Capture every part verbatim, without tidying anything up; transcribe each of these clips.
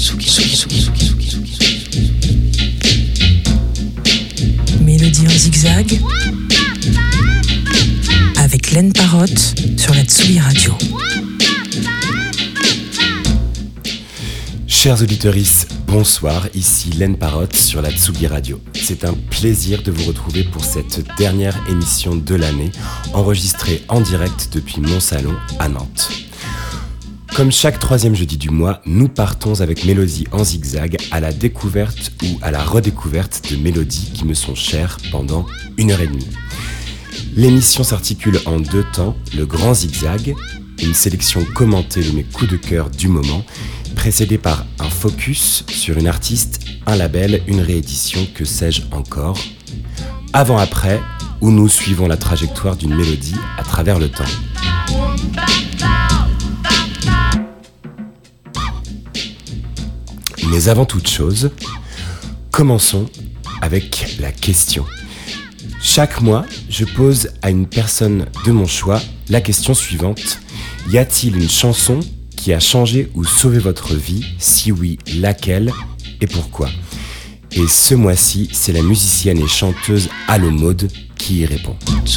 Mélodie en zigzag avec Laine Parotte sur la Tsugi Radio. Chers auditeurs, bonsoir, ici Laine Parotte sur la Tsugi Radio. C'est un plaisir de vous retrouver pour cette dernière émission de l'année, enregistrée en direct depuis mon salon à Nantes. Comme chaque troisième jeudi du mois, nous partons avec Mélodie en zigzag à la découverte ou à la redécouverte de mélodies qui me sont chères pendant une heure et demie. L'émission s'articule en deux temps, le grand zigzag, une sélection commentée de mes coups de cœur du moment, précédée par un focus sur une artiste, un label, une réédition, que sais-je encore. Avant-après, où nous suivons la trajectoire d'une mélodie à travers le temps. Mais avant toute chose, commençons avec la question. Chaque mois, je pose à une personne de mon choix la question suivante. Y a-t-il une chanson qui a changé ou sauvé votre vie? Si oui, laquelle et pourquoi? Et ce mois-ci, c'est la musicienne et chanteuse Allo Maude qui y répond.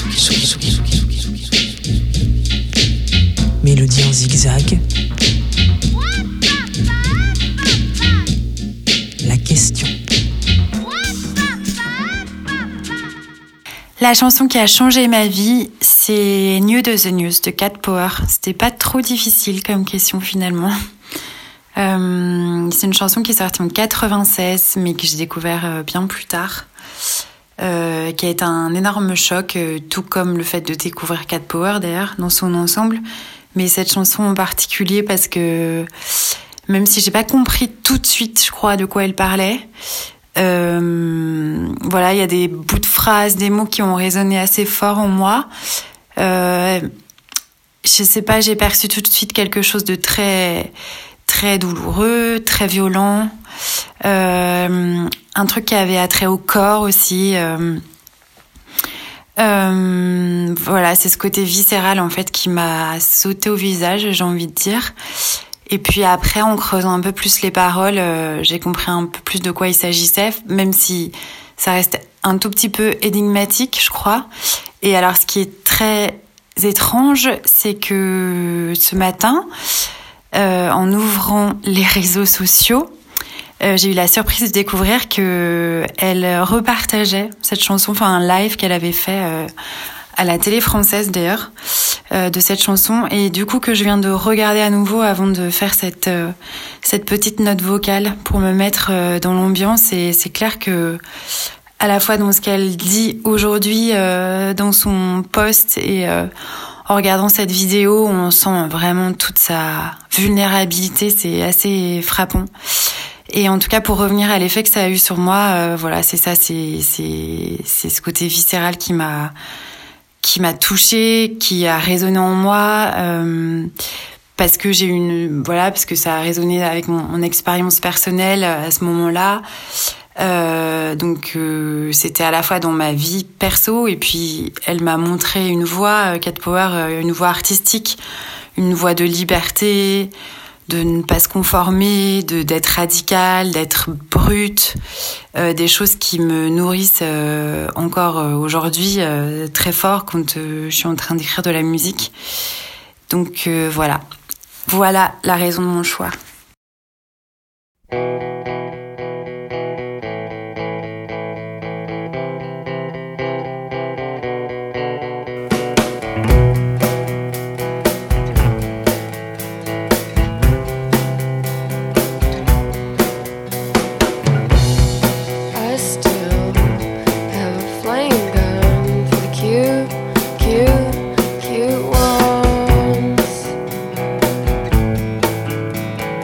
Mélodie en zigzag. La question. La chanson qui a changé ma vie, c'est New de The News de Cat Power. C'était pas trop difficile comme question finalement. Euh, c'est une chanson qui est sortie en quatre-vingt-seize, mais que j'ai découvert bien plus tard, euh, qui a été un énorme choc, tout comme le fait de découvrir Cat Power d'ailleurs dans son ensemble. Mais cette chanson en particulier parce que même si j'ai pas compris tout de suite, je crois, de quoi elle parlait. Euh, voilà, il y a des bouts de phrases, des mots qui ont résonné assez fort en moi. Euh, je sais pas, j'ai perçu tout de suite quelque chose de très, très douloureux, très violent. Euh, un truc qui avait attrait au corps aussi. Euh, euh, voilà, c'est ce côté viscéral en fait qui m'a sauté au visage, j'ai envie de dire. Et puis après, en creusant un peu plus les paroles, euh, j'ai compris un peu plus de quoi il s'agissait, même si ça reste un tout petit peu énigmatique, je crois. Et alors, ce qui est très étrange, c'est que ce matin, euh, en ouvrant les réseaux sociaux, euh, j'ai eu la surprise de découvrir que elle repartageait cette chanson, enfin un live qu'elle avait fait euh, à la télé française d'ailleurs, euh, de cette chanson, et du coup que je viens de regarder à nouveau avant de faire cette euh, cette petite note vocale pour me mettre euh, dans l'ambiance. Et c'est clair que à la fois dans ce qu'elle dit aujourd'hui euh, dans son post et euh, en regardant cette vidéo, on sent vraiment toute sa vulnérabilité. C'est assez frappant. Et en tout cas, pour revenir à l'effet que ça a eu sur moi, euh, voilà, c'est ça, c'est c'est c'est ce côté viscéral qui m'a qui m'a touchée, qui a résonné en moi, euh, parce que j'ai une, voilà, parce que ça a résonné avec mon, mon expérience personnelle à ce moment-là. Euh, donc euh, c'était à la fois dans ma vie perso, et puis elle m'a montré une voie, Cat Power, une voie artistique, une voie de liberté, de ne pas se conformer, de d'être radicale, d'être brute, euh, des choses qui me nourrissent euh, encore euh, aujourd'hui euh, très fort quand euh, je suis en train d'écrire de la musique. Donc euh, voilà, voilà la raison de mon choix. Cute, cute ones.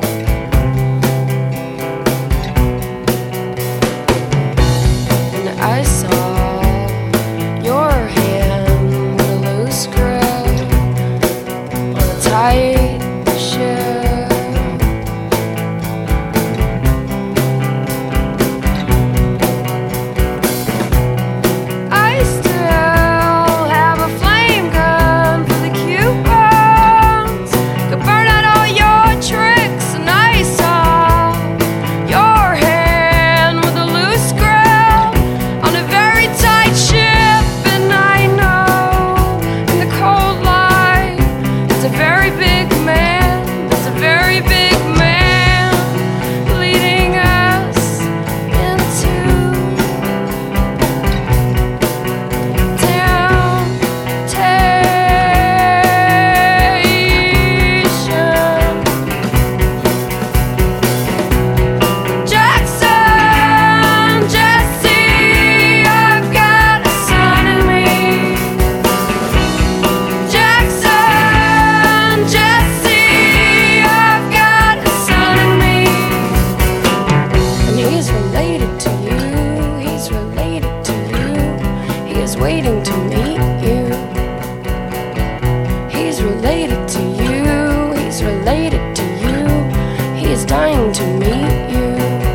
dying to meet you.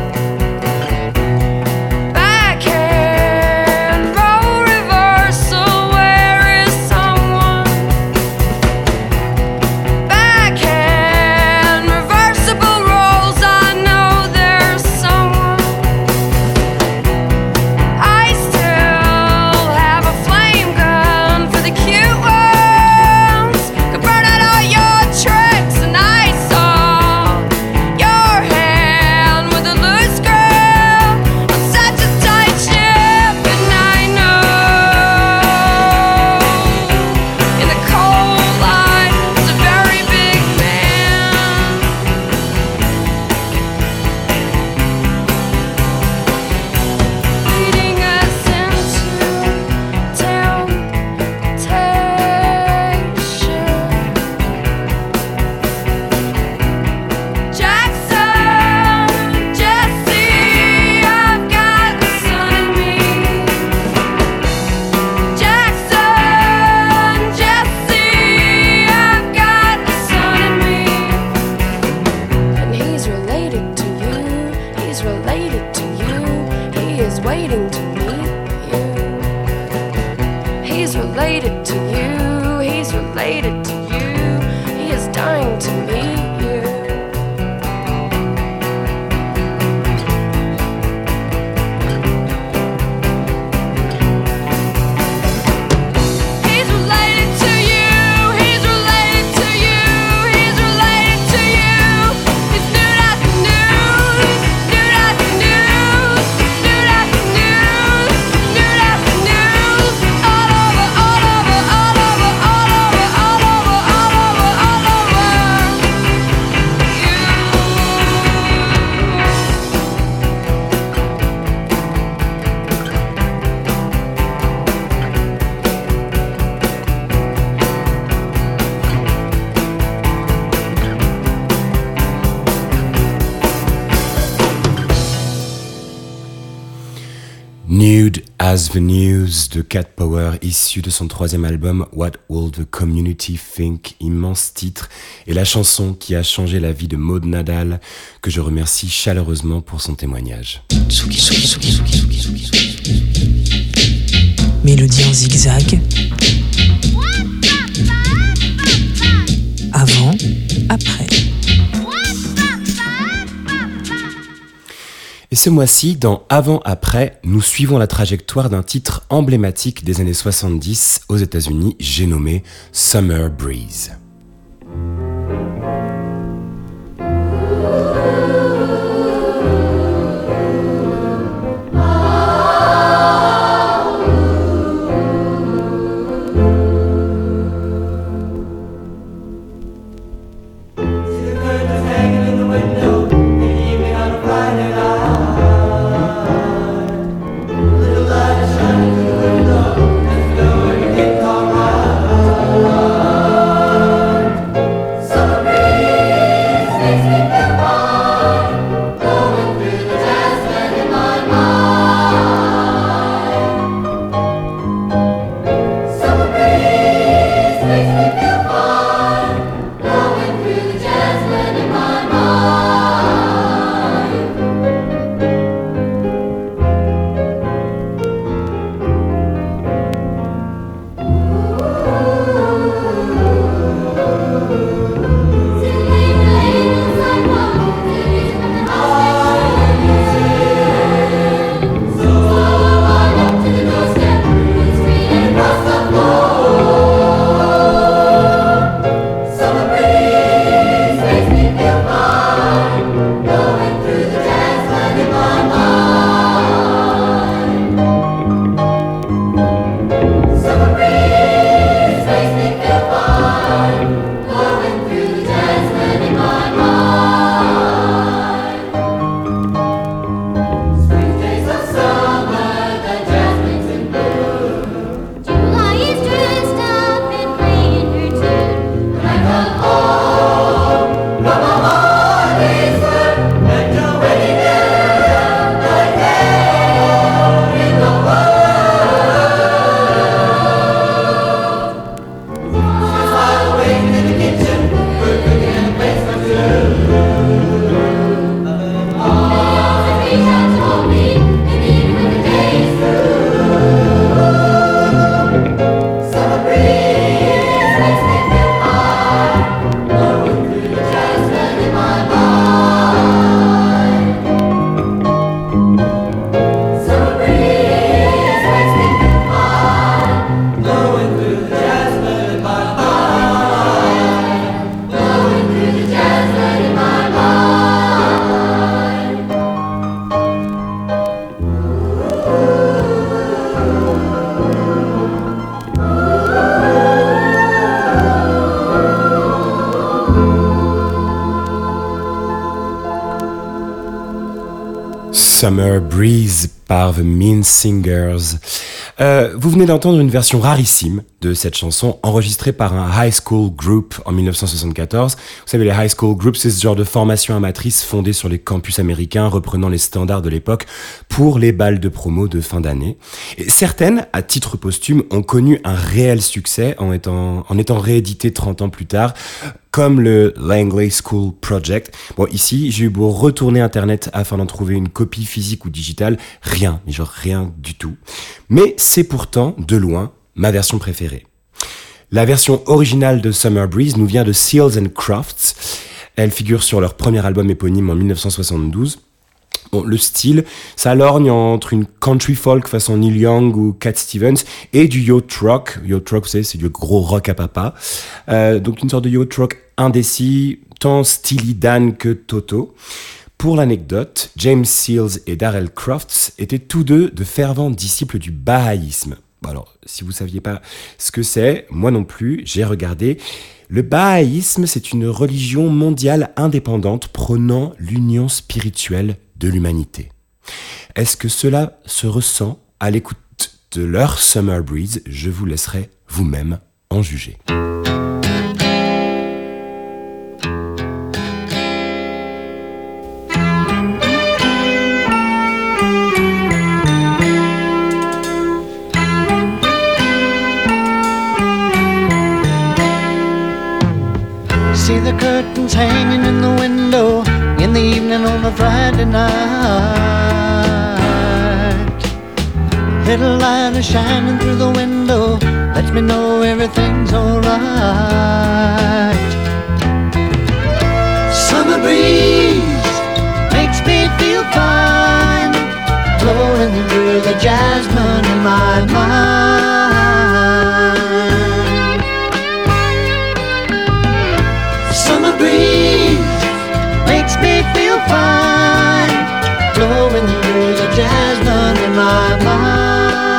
Nude as the News de Cat Power, issu de son troisième album What Will the Community Think, immense titre, et la chanson qui a changé la vie de Maud Nadal, que je remercie chaleureusement pour son témoignage. Mélodie en zigzag. Avant, après. Et ce mois-ci, dans Avant-Après, nous suivons la trajectoire d'un titre emblématique des années soixante-dix aux États-Unis, j'ai nommé Summer Breeze. Summer Breeze par The Mean Singers. Euh, vous venez d'entendre une version rarissime de cette chanson enregistrée par un high school group en dix-neuf cent soixante-quatorze. Vous savez, les high school groups, c'est ce genre de formation amatrice fondée sur les campus américains, reprenant les standards de l'époque pour les balles de promo de fin d'année. Et certaines, à titre posthume, ont connu un réel succès en étant, en étant rééditées trente ans plus tard, comme le Langley School Project. Bon, ici, j'ai eu beau retourner Internet afin d'en trouver une copie physique ou digitale. Rien, mais genre rien du tout. Mais c'est pourtant, de loin, ma version préférée. La version originale de Summer Breeze nous vient de Seals and Crofts. Elle figure sur leur premier album éponyme en dix-neuf cent soixante-douze. Bon, le style, ça lorgne entre une country folk façon Neil Young ou Cat Stevens et du yacht rock. Yacht rock, vous savez, c'est du gros rock à papa. Euh, donc une sorte de yacht rock indécis, tant Steely Dan que Toto. Pour l'anecdote, James Seals et Darrell Crofts étaient tous deux de fervents disciples du bahaïsme. Bon alors, si vous ne saviez pas ce que c'est, moi non plus, j'ai regardé. Le bahaïsme, c'est une religion mondiale indépendante prônant l'union spirituelle de l'humanité. Est-ce que cela se ressent à l'écoute de leur Summer Breeze? Je vous laisserai vous-même en juger. See the curtains hanging in the window in the evening on a Friday night. Little light is shining through the window, lets me know everything's alright. Summer breeze makes me feel fine, blowing through the jasmine in my mind. Summer breeze makes me feel fine, blowing through the jasmine in my mind.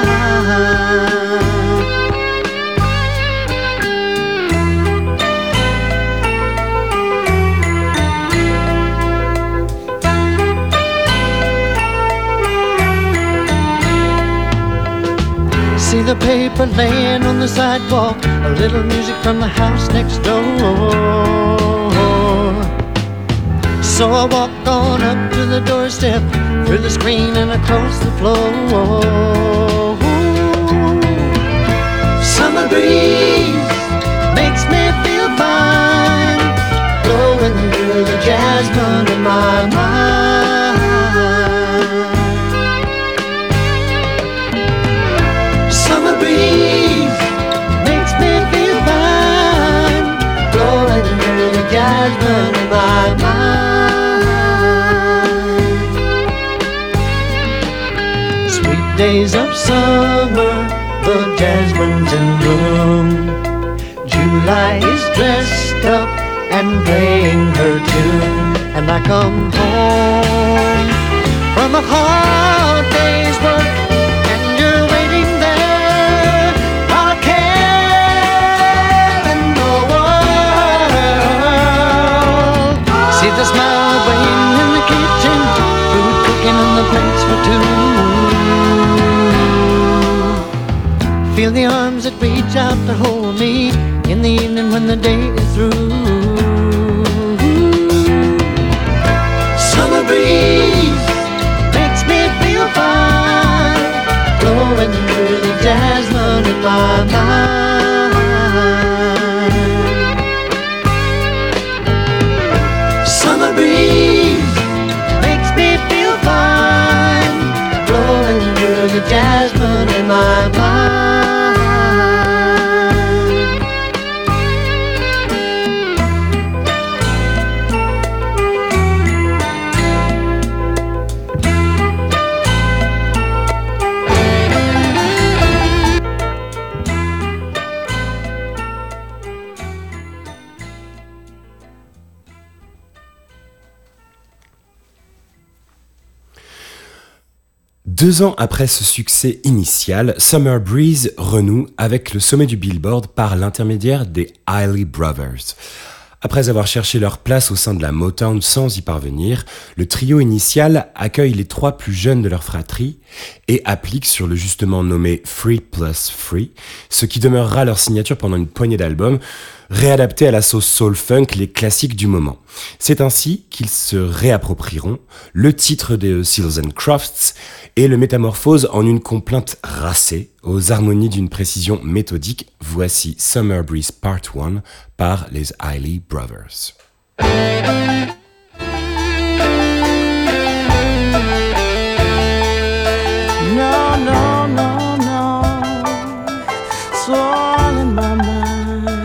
See the paper laying on the sidewalk, a little music from the house next door. So I walk on up to the doorstep, through the screen and across the floor. Summer breeze makes me feel fine, blowing through the jasmine in my mind. Summer breeze makes me feel fine, blowing through the jasmine in my mind. Days of summer, the jasmine's in bloom. July is dressed up and playing her tune. And I come home from a hard day's work, and you're waiting there, not a care in the world. See the smile waiting in the kitchen, food cooking on the plates for two. Feel the arms that reach out to hold me in the evening when the day is through. Summer breeze makes me feel fine, blowing through the jasmine in my mind. Summer breeze makes me feel fine, blowing through the jasmine in my mind. Deux ans après ce succès initial, Summer Breeze renoue avec le sommet du Billboard par l'intermédiaire des Isley Brothers. Après avoir cherché leur place au sein de la Motown sans y parvenir, le trio initial accueille les trois plus jeunes de leur fratrie et applique sur le justement nommé Free Plus Free, ce qui demeurera leur signature pendant une poignée d'albums, réadaptés à la sauce soul-funk, les classiques du moment. C'est ainsi qu'ils se réapproprieront le titre de Seals and Crofts et le métamorphose en une complainte racée aux harmonies d'une précision méthodique. Voici Summer Breeze Part un par les Isley Brothers. No, no, no, no. It's all in my mind.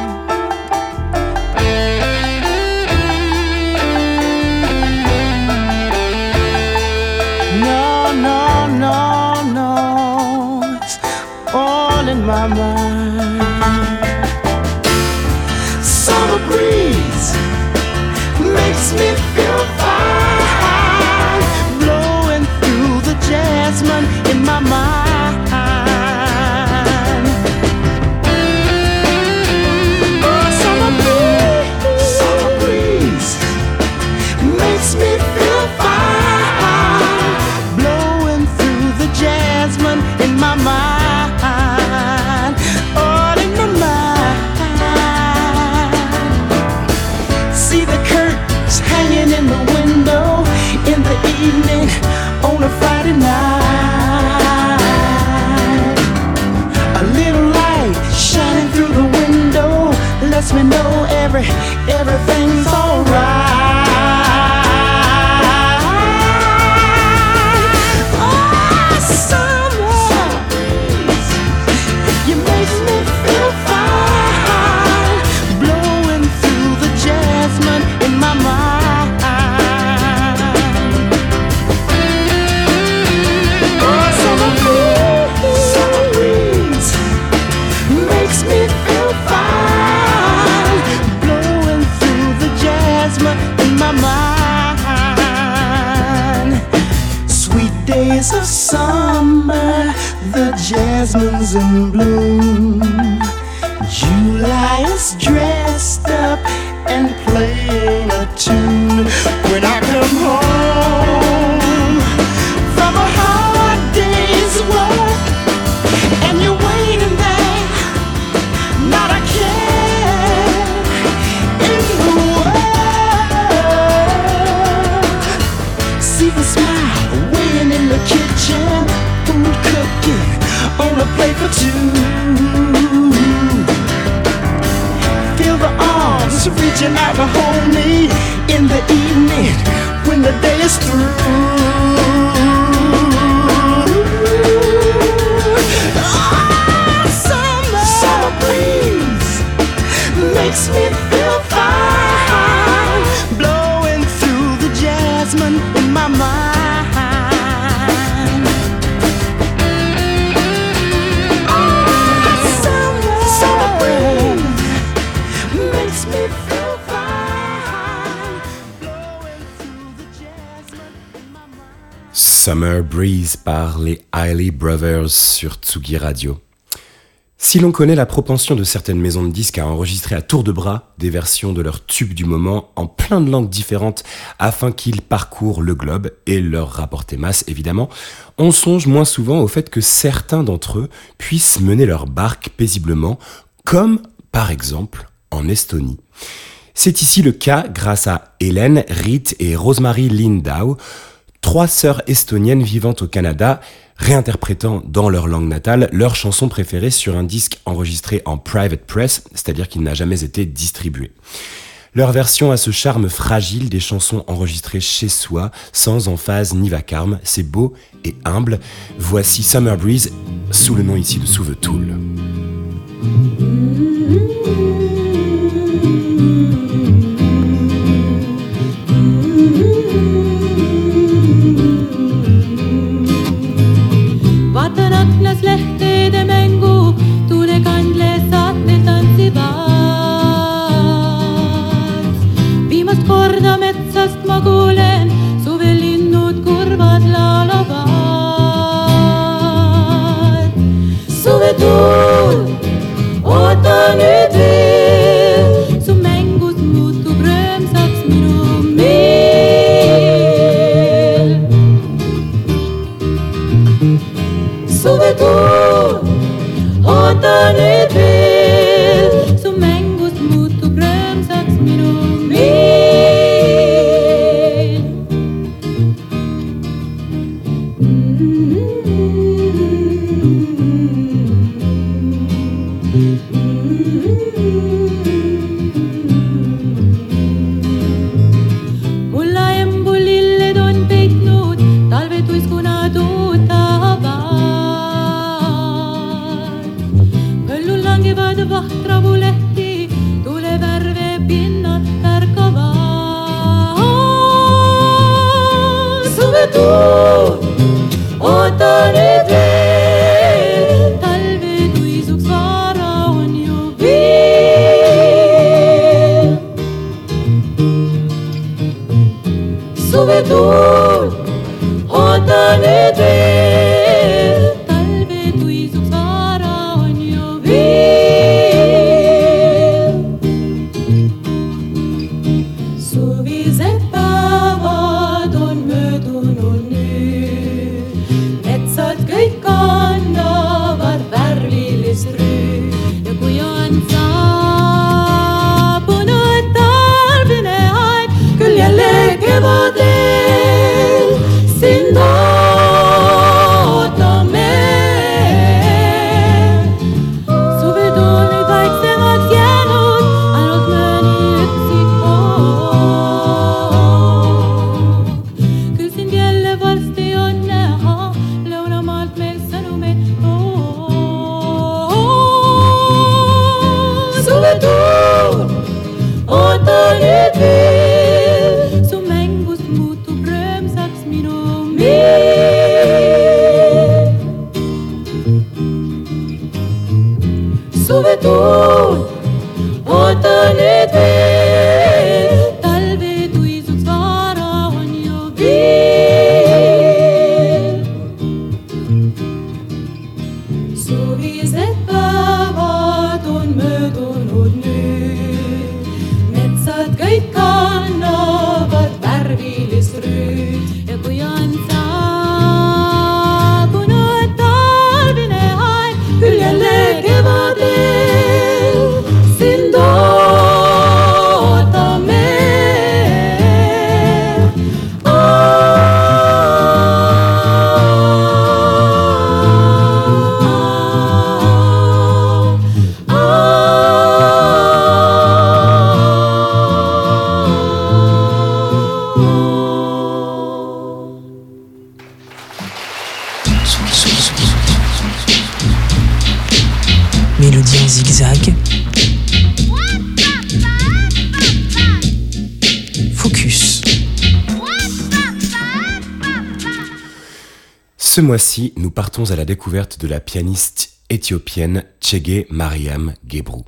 No, no, no, no. It's all in my mind. Summer breeze makes me feel fine, blowing through the jasmine in my mind. Oh, summer breeze, summer breeze makes me feel fine, blowing through the jasmine in my mind. All in my mind. See the curtains hanging in the window in the evening on a Friday night. A little light shining through the window lets me know every everything's alright. Oh, summer, you make me feel fine, blowing through the jasmine in my mind. Oh, summer breeze, summer breeze makes me feel fine, blowing through the jasmine in my mind. Sweet days of summer, the jasmine's in bloom. July is dressed up and playing a tune. When I come home from a hard day's work and you're waiting there, not a care in the world. See the smile waiting in the kitchen, food cooking on a plate for two. Feel the arms reaching out to hold me in the evening when the day is through. Oh, summer, summer breeze makes me feel fine, blowing through the jasmine in my mind. Oh, summer, summer breeze makes me feel fine, blowing through the jasmine in my mind. Summer Breeze par les Isley Brothers sur Tsugi Radio. Si l'on connaît la propension de certaines maisons de disques à enregistrer à tour de bras des versions de leurs tubes du moment en plein de langues différentes afin qu'ils parcourent le globe et leur rapporter masse évidemment, on songe moins souvent au fait que certains d'entre eux puissent mener leur barque paisiblement, comme par exemple en Estonie. C'est ici le cas grâce à Hélène, Rit et Rosemary Lindau, trois sœurs estoniennes vivant au Canada, réinterprétant dans leur langue natale leurs chansons préférées sur un disque enregistré en private press, c'est-à-dire qu'il n'a jamais été distribué. Leur version a ce charme fragile des chansons enregistrées chez soi, sans emphase ni vacarme, c'est beau et humble. Voici Summer Breeze, sous le nom ici de Sous the Tool. Vaatan aknas lehteede mängu, tuulekandle saatel tantsivad. Viimast korda metsast ma kuulen, suvelinnud kurvad laulavad. Suvetuul, oota nüüd veel, su mängus suvetuun ootan nüüd veel. Talve tuisuks vara on ju veel. Suvetuun ootan nüüd veel. Talve tuisuks vara on ju veel. Suvised päevad on möödunud nüüd. Metsad kõik kannavad värvilist rüüd. Ja kui on saabunud talvine aeg, küll jälle kevadel sind ootame. Suved on nüüd vaiksemaks jäänud, ainult mõni üksik hoog. Küll sind jälle varsti on näha, lõunamaalt meil sõnumeid tood. Suvetuun ootan nüüd veel, su mängust muutub rõõmsaks minu meel. Suvetuun ootan nüüd veel, talve tuisuks vara on ju veel. Suvised päevad on möödunud nüüd, metsad kõik kannavad värvilist rüüd. Ja kui on saabunud talvine aeg, küll jälle kevadel sind ootame. Mélodie en zigzag. Focus. Ce mois-ci, nous partons à la découverte de la pianiste éthiopienne Chege Mariam Gebru.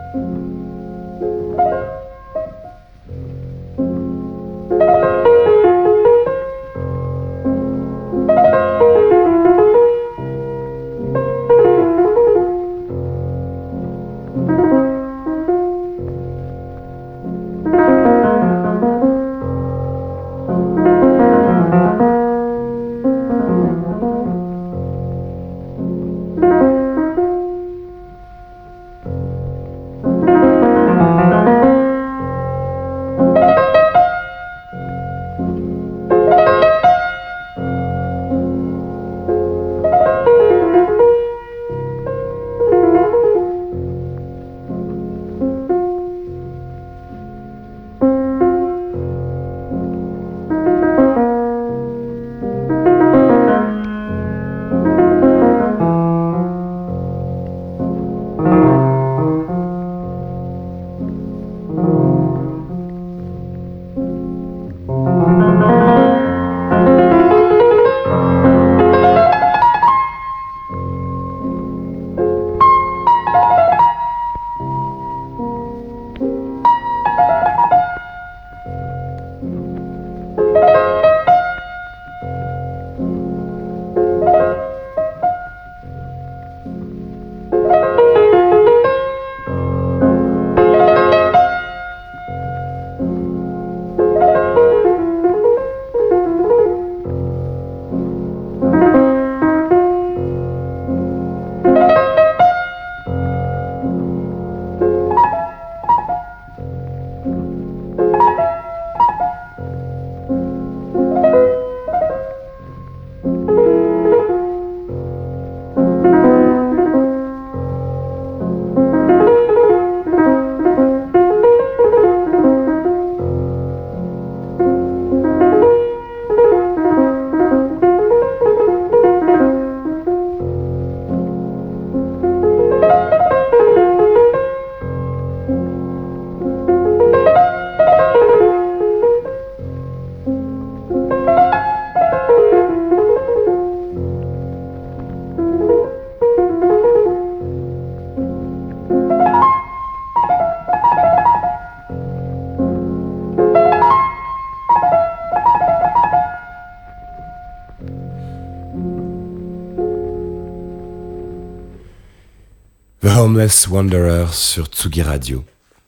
The Homeless Wanderer sur Tsugi Radio.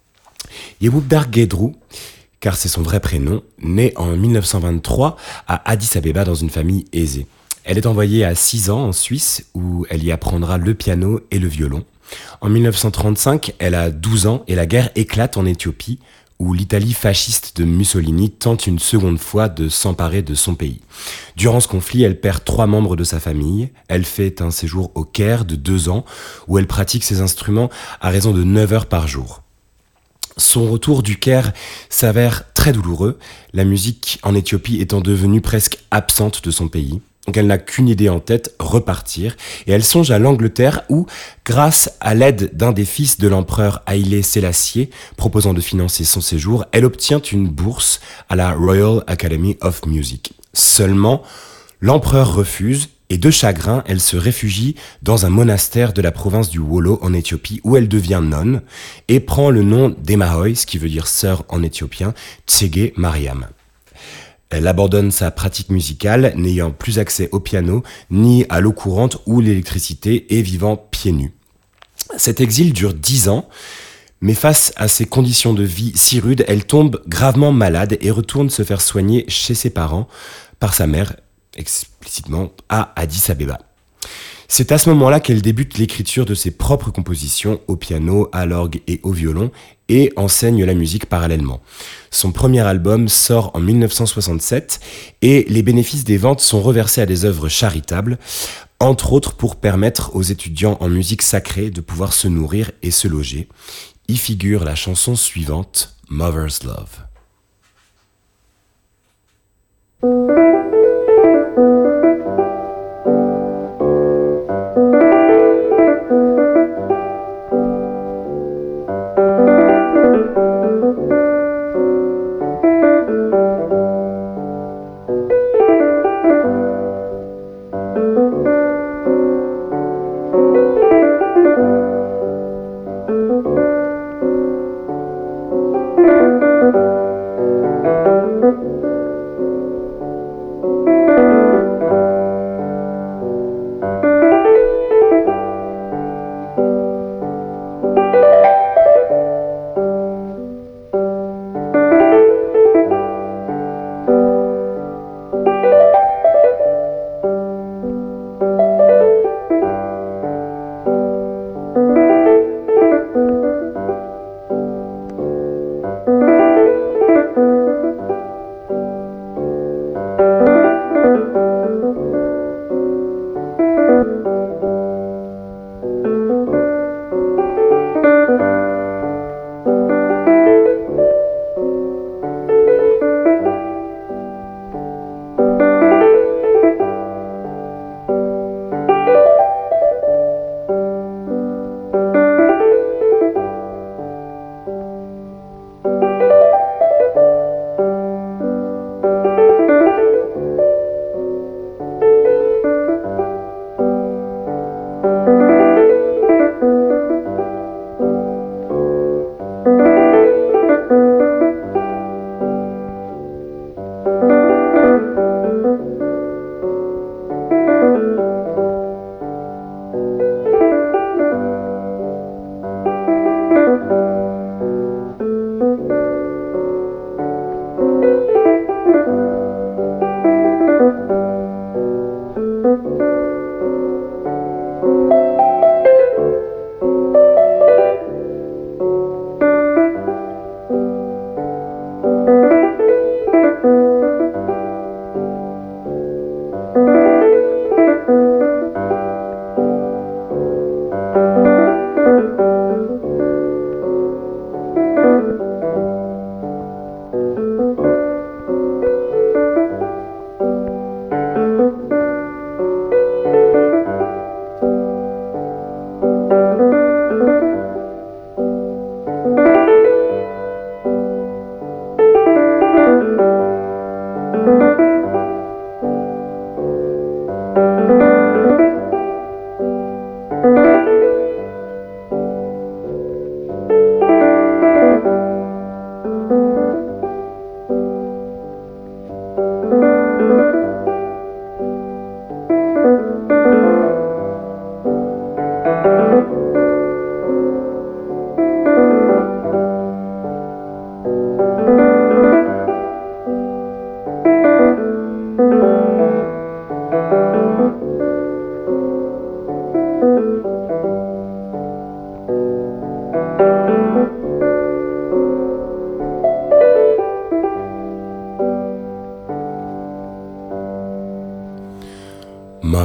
Yewubdar Gedrou, car c'est son vrai prénom, naît en mille neuf cent vingt-trois à Addis Abeba dans une famille aisée. Elle est envoyée à six ans en Suisse où elle y apprendra le piano et le violon. En mille neuf cent trente-cinq, elle a douze ans et la guerre éclate en Éthiopie où l'Italie fasciste de Mussolini tente une seconde fois de s'emparer de son pays. Durant ce conflit, elle perd trois membres de sa famille. Elle fait un séjour au Caire de deux ans où elle pratique ses instruments à raison de neuf heures par jour. Son retour du Caire s'avère très douloureux, la musique en Éthiopie étant devenue presque absente de son pays. Donc elle n'a qu'une idée en tête, repartir, et elle songe à l'Angleterre où, grâce à l'aide d'un des fils de l'empereur Haïlé Sélassié, proposant de financer son séjour, elle obtient une bourse à la Royal Academy of Music. Seulement, l'empereur refuse, et de chagrin, elle se réfugie dans un monastère de la province du Wollo en Éthiopie, où elle devient nonne, et prend le nom d'Emahoy, ce qui veut dire sœur en éthiopien, Tsege Mariam. Elle abandonne sa pratique musicale, n'ayant plus accès au piano, ni à l'eau courante ou l'électricité, et vivant pieds nus. Cet exil dure dix ans, mais face à ces conditions de vie si rudes, elle tombe gravement malade et retourne se faire soigner chez ses parents, par sa mère, explicitement à Addis Abeba. C'est à ce moment-là qu'elle débute l'écriture de ses propres compositions au piano, à l'orgue et au violon et enseigne la musique parallèlement. Son premier album sort en mille neuf cent soixante-sept et les bénéfices des ventes sont reversés à des œuvres charitables, entre autres pour permettre aux étudiants en musique sacrée de pouvoir se nourrir et se loger. Y figure la chanson suivante, Mother's Love.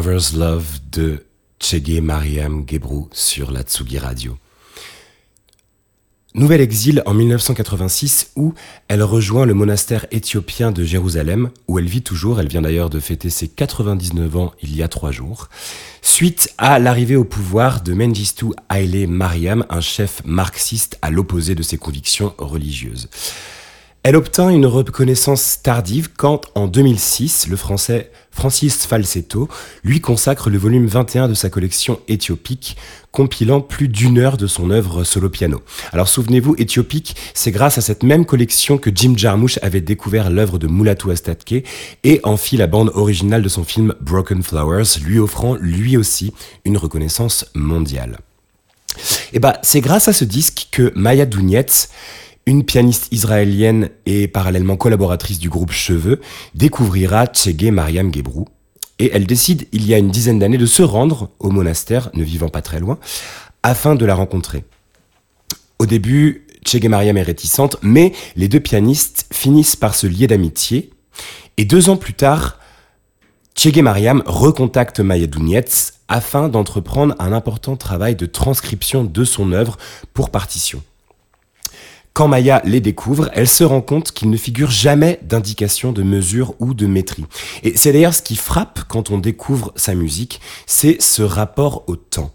Lover's Love de Tchege Mariam Gebrou sur la Tsugi Radio. Nouvel exil en mille neuf cent quatre-vingt-six où elle rejoint le monastère éthiopien de Jérusalem, où elle vit toujours. Elle vient d'ailleurs de fêter ses quatre-vingt-dix-neuf ans il y a trois jours, suite à l'arrivée au pouvoir de Mengistu Haile Mariam, un chef marxiste à l'opposé de ses convictions religieuses. Elle obtint une reconnaissance tardive quand, en deux mille six, le français Francis Falsetto lui consacre le volume vingt et un de sa collection Éthiopique, compilant plus d'une heure de son œuvre solo piano. Alors souvenez-vous, Éthiopique, c'est grâce à cette même collection que Jim Jarmusch avait découvert l'œuvre de Mulatu Astatke et en fit la bande originale de son film Broken Flowers, lui offrant lui aussi une reconnaissance mondiale. Et bah, c'est grâce à ce disque que Maya Dounietz, une pianiste israélienne et parallèlement collaboratrice du groupe Cheveux, découvrira Tchege Mariam Gebrou. Et elle décide, il y a une dizaine d'années, de se rendre au monastère, ne vivant pas très loin, afin de la rencontrer. Au début, Tchege Mariam est réticente, mais les deux pianistes finissent par se lier d'amitié. Et deux ans plus tard, Tchege Mariam recontacte Maya Dounietz afin d'entreprendre un important travail de transcription de son œuvre pour partition. Quand Maya les découvre, elle se rend compte qu'il ne figure jamais d'indication de mesure ou de métrie. Et c'est d'ailleurs ce qui frappe quand on découvre sa musique, c'est ce rapport au temps.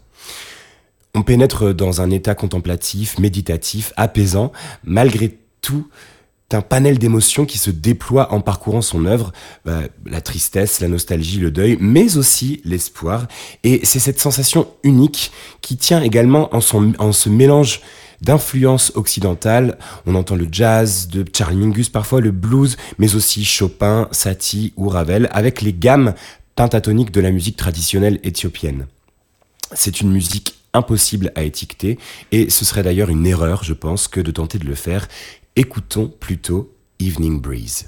On pénètre dans un état contemplatif, méditatif, apaisant, malgré tout un panel d'émotions qui se déploie en parcourant son œuvre, bah, la tristesse, la nostalgie, le deuil, mais aussi l'espoir. Et c'est cette sensation unique qui tient également en, son, en ce mélange d'influences occidentales. On entend le jazz de Charlie Mingus, parfois le blues, mais aussi Chopin, Satie ou Ravel, avec les gammes pentatoniques de la musique traditionnelle éthiopienne. C'est une musique impossible à étiqueter, et ce serait d'ailleurs une erreur, je pense, que de tenter de le faire. Écoutons plutôt Evening Breeze.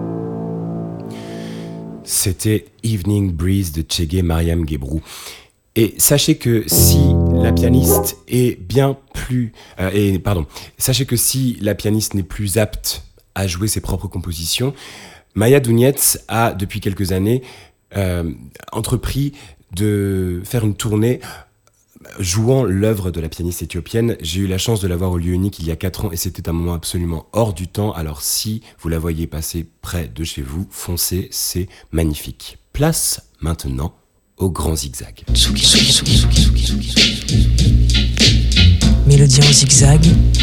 C'était Evening Breeze de Tchege Mariam Gebrou. Et sachez que si la pianiste est bien plus... Euh, et, pardon. Sachez que si la pianiste n'est plus apte à jouer ses propres compositions, Maya Dounietz a, depuis quelques années, euh, entrepris de faire une tournée jouant l'œuvre de la pianiste éthiopienne. J'ai eu la chance de la voir au lieu unique il y a quatre ans et c'était un moment absolument hors du temps. Alors si vous la voyez passer près de chez vous, foncez, c'est magnifique. Place maintenant au grand zigzag. Tsugi, tsugi, tsugi, tsugi, tsugi, tsugi, tsugi. Mélodie en zigzag.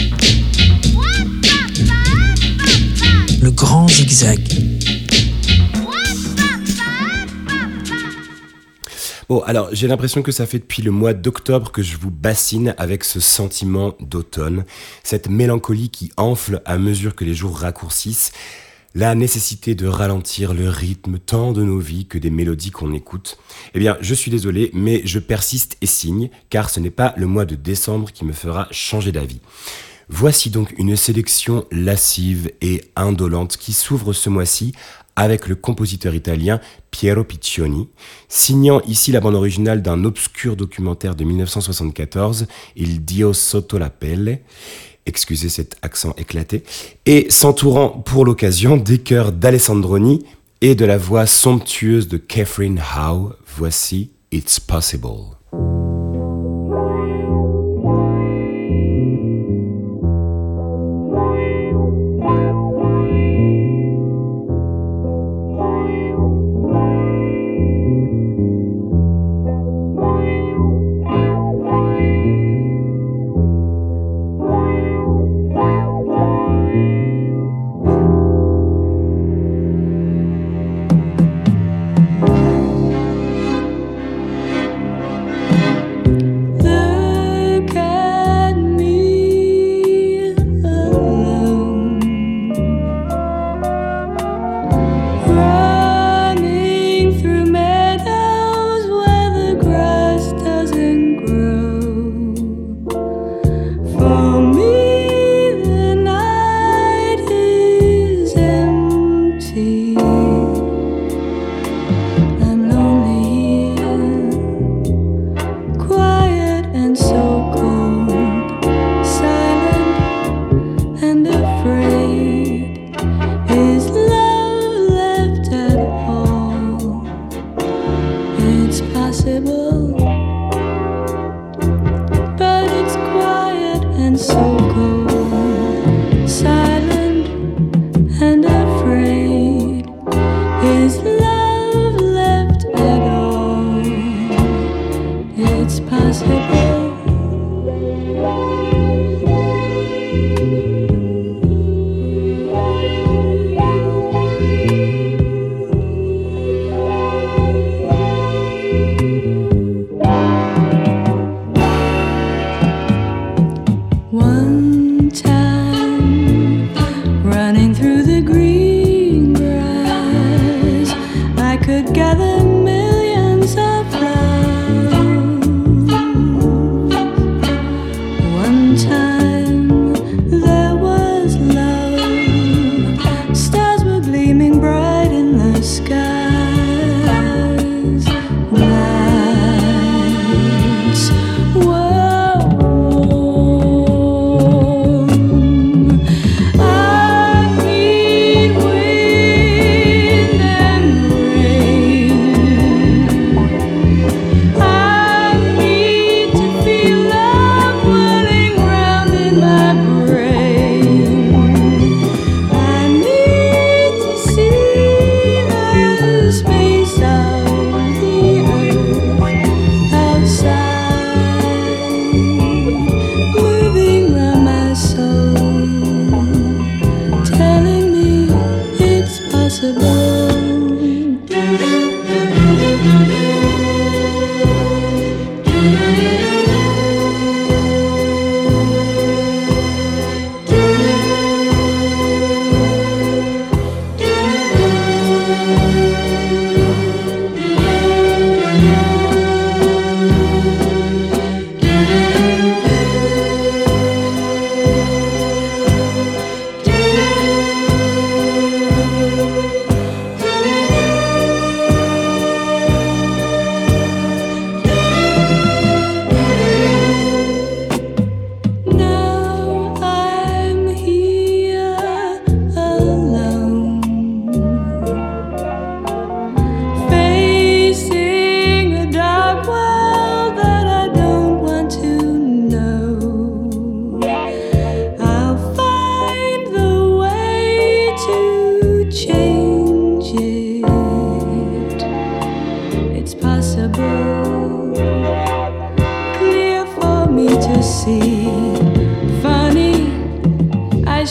Le grand zigzag. Bon, alors j'ai l'impression que ça fait depuis le mois d'octobre que je vous bassine avec ce sentiment d'automne, cette mélancolie qui enfle à mesure que les jours raccourcissent, la nécessité de ralentir le rythme tant de nos vies que des mélodies qu'on écoute. Eh bien, je suis désolé, mais je persiste et signe, car ce n'est pas le mois de décembre qui me fera changer d'avis. Voici donc une sélection lascive et indolente qui s'ouvre ce mois-ci avec le compositeur italien Piero Piccioni, signant ici la bande originale d'un obscur documentaire de dix-neuf cent soixante-quatorze, Il Dio sotto la pelle, excusez cet accent éclaté, et s'entourant pour l'occasion des chœurs d'Alessandroni et de la voix somptueuse de Catherine Howe. Voici It's Possible.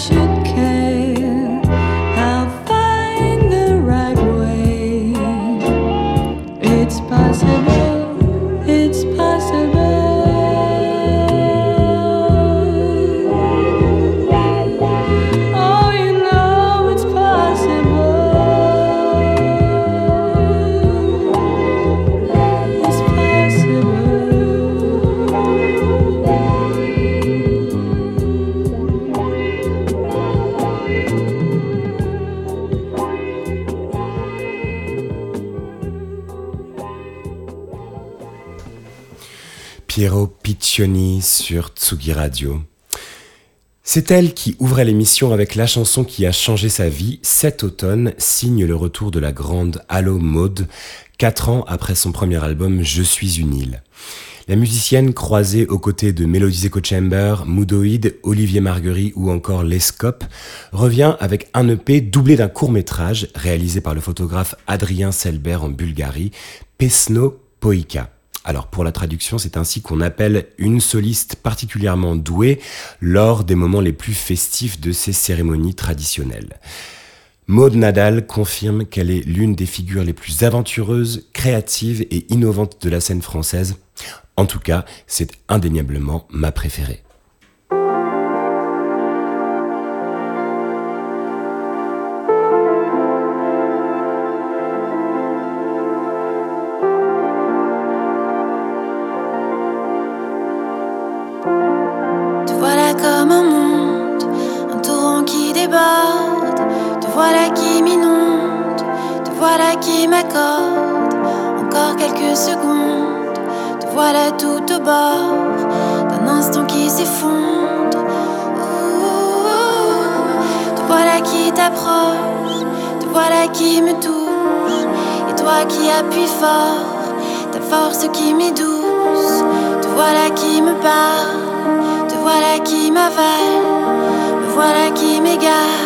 should care. I'll find the right way. It's possible, it's possible. Oh, you know it's possible. It's possible. Piero Piccioni sur Tsugi Radio. C'est elle qui ouvrait l'émission avec la chanson qui a changé sa vie. Cet automne signe le retour de la grande Allo Maude, quatre ans après son premier album Je suis une île. La musicienne croisée aux côtés de Melodies Echo Chamber, Moodoid, Olivier Marguerite ou encore Les Scopes revient avec un E P doublé d'un court-métrage réalisé par le photographe Adrien Selbert en Bulgarie, Pesno Poika. Alors pour la traduction, c'est ainsi qu'on appelle une soliste particulièrement douée lors des moments les plus festifs de ces cérémonies traditionnelles. Maude Nadal confirme qu'elle est l'une des figures les plus aventureuses, créatives et innovantes de la scène française. En tout cas, c'est indéniablement ma préférée. Te voilà comme un monde, un torrent qui déborde. Te voilà qui m'inonde, te voilà qui m'accorde encore quelques secondes. Te voilà tout au bord d'un instant qui s'effondre. Ouh, te voilà qui t'approche, te voilà qui me touche. Et toi qui appuies fort, ta force qui m'est douce. Te voilà qui me parle, te voilà qui m'avale, me voilà qui m'égare.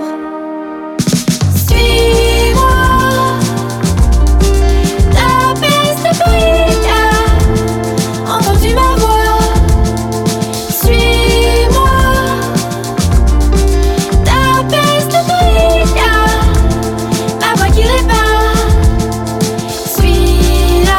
Entends-tu ma voix? Suis-moi. Ta peste brille, ma voix qui répare. Suis-la.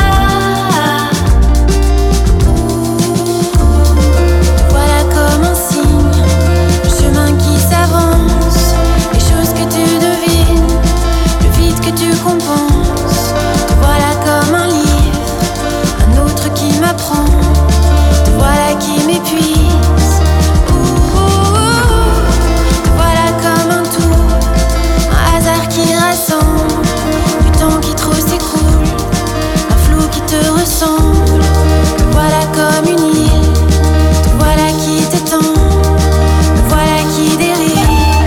Te voilà comme un signe, le chemin qui s'avance, les choses que tu devines, le vide que tu compenses. Te voilà comme un livre, un autre qui m'apprend. Te voilà qui m'épuise. Ouh, ouh, ouh. Te voilà comme un tour, un hasard qui rassemble, du temps qui trop s'écoule, un flou qui te ressemble. Te voilà comme une île, te voilà qui t'étend, te voilà qui dérive.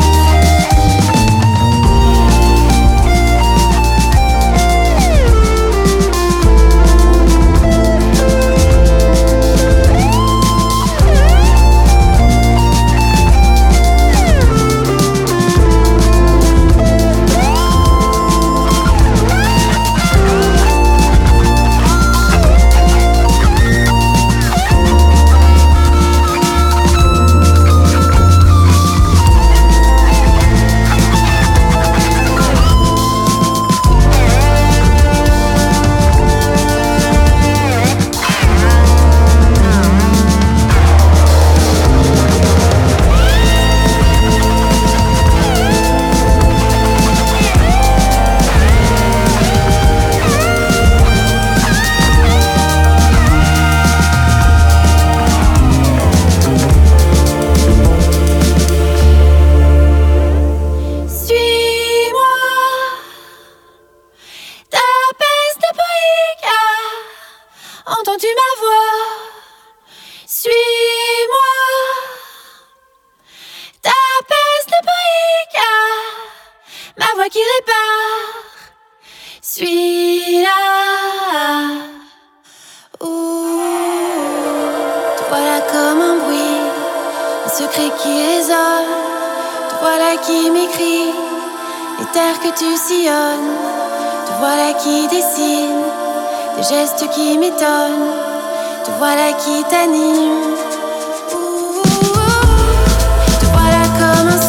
Entends-tu ma voix? Suis-moi. Ta peste brille, ma voix qui répare. Suis-la. Ouh, te voilà comme un bruit, un secret qui résonne. Te voilà qui m'écrit les terres que tu sillonnes. Te voilà qui dessine des gestes qui m'étonnent. Te voilà qui t'anime. Ouh, ouh, ouh. Te voilà comme un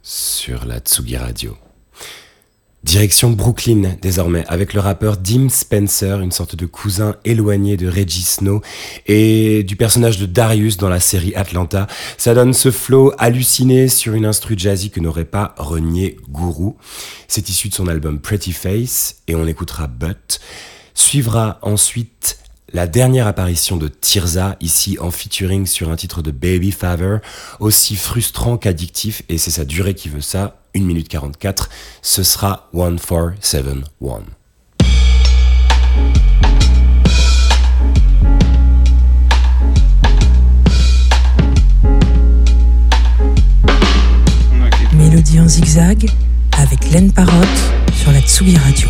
sur la Tsugi Radio. Direction Brooklyn désormais, avec le rappeur Dim Spencer, une sorte de cousin éloigné de Reggie Snow et du personnage de Darius dans la série Atlanta. Ça donne ce flow halluciné sur une instru jazzy que n'aurait pas renié Guru. C'est issu de son album Pretty Face et on écoutera But. Suivra ensuite la dernière apparition de Tirza, ici en featuring sur un titre de Baby Father, aussi frustrant qu'addictif, et c'est sa durée qui veut ça, une minute quarante-quatre, ce sera one four seven one. Mélodie en zigzag avec Laine Parotte sur la Tsugi Radio.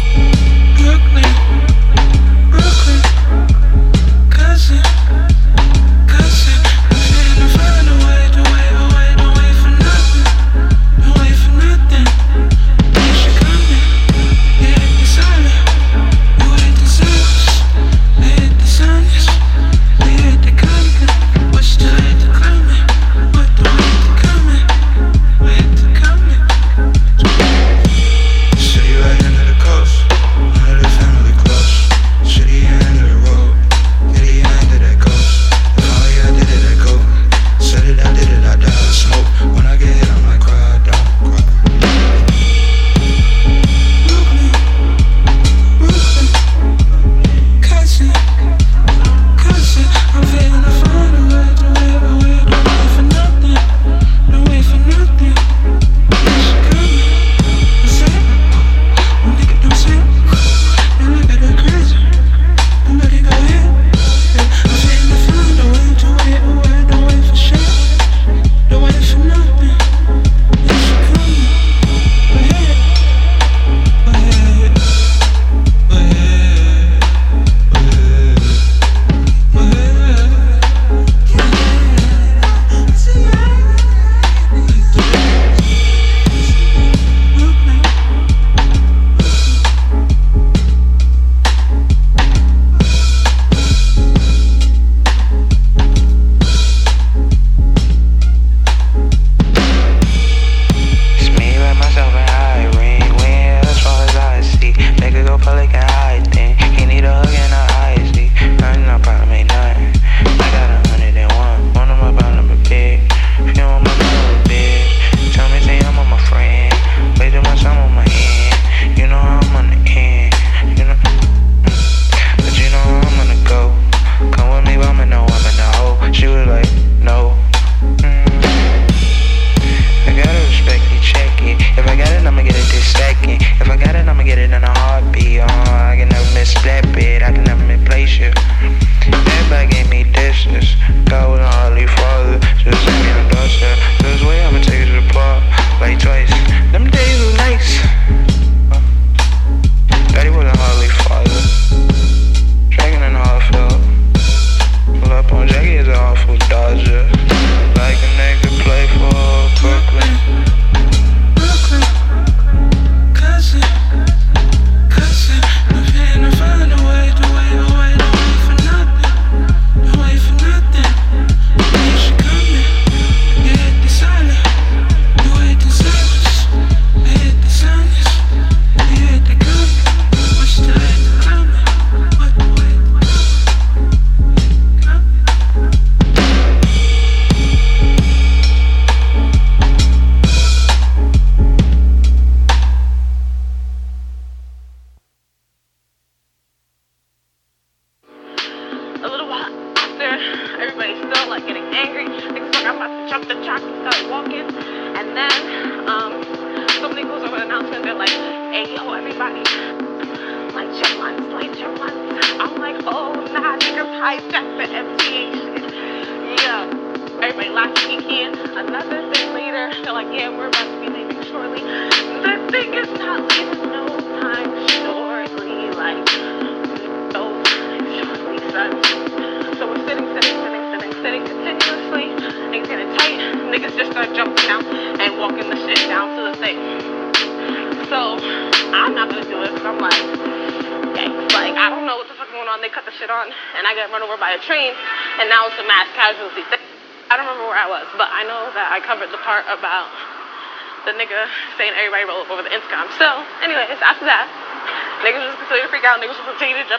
the nigga saying everybody roll up over the intercom. So, anyways, after that, niggas just continue to freak out, niggas just continue to jump.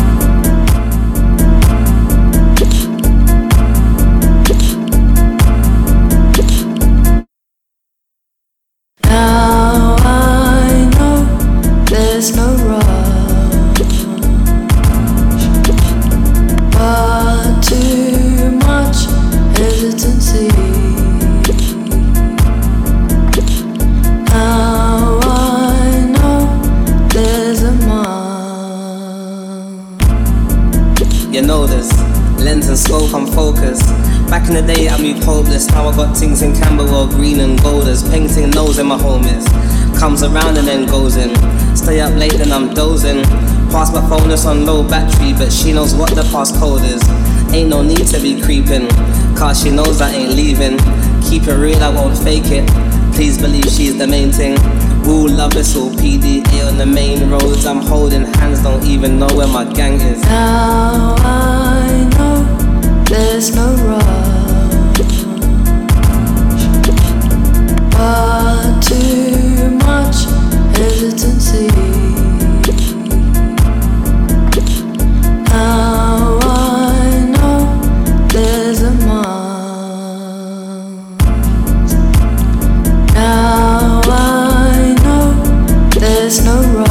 Now I know there's no rush, but too much hesitancy. Now I know there's a mind. You know this, lens and scope, I'm focused. Back in the day I moved hopeless. Now I got things in Camberwell, green and golders. Painting nose in my home is. Comes around and then goes in. Stay up late then I'm dozing. Pass my phone, it's on low battery, but she knows what the passcode is. Ain't no need to be creeping, cause she knows I ain't leaving. Keep it real, I won't fake it. Please believe she's the main thing. Ooh, love this all P D A on the main roads. I'm holding hands, don't even know where my gang is. Now I know there's no rush, but too much hesitancy. Now I know there's a mind. Now I know there's no rush.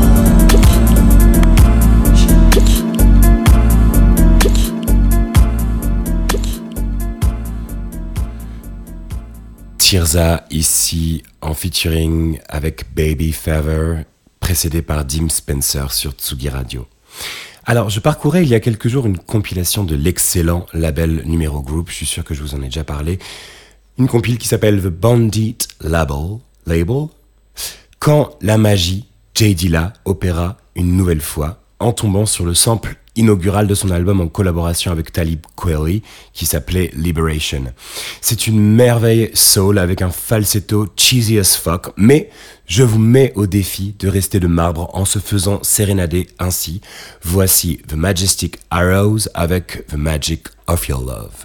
Tirza ici en featuring avec Baby Fever, précédé par Dim Spencer sur Tsugi Radio. Alors, je parcourais il y a quelques jours une compilation de l'excellent label Numéro Group, je suis sûr que je vous en ai déjà parlé, une compile qui s'appelle The Bandit Label, Label, quand la magie, J Dilla opéra une nouvelle fois, en tombant sur le sample inaugural de son album en collaboration avec Talib Kweli qui s'appelait Liberation. C'est une merveille soul avec un falsetto cheesy as fuck, mais je vous mets au défi de rester de marbre en se faisant sérénader ainsi. Voici The Majestic Arrows avec The Magic of Your Love.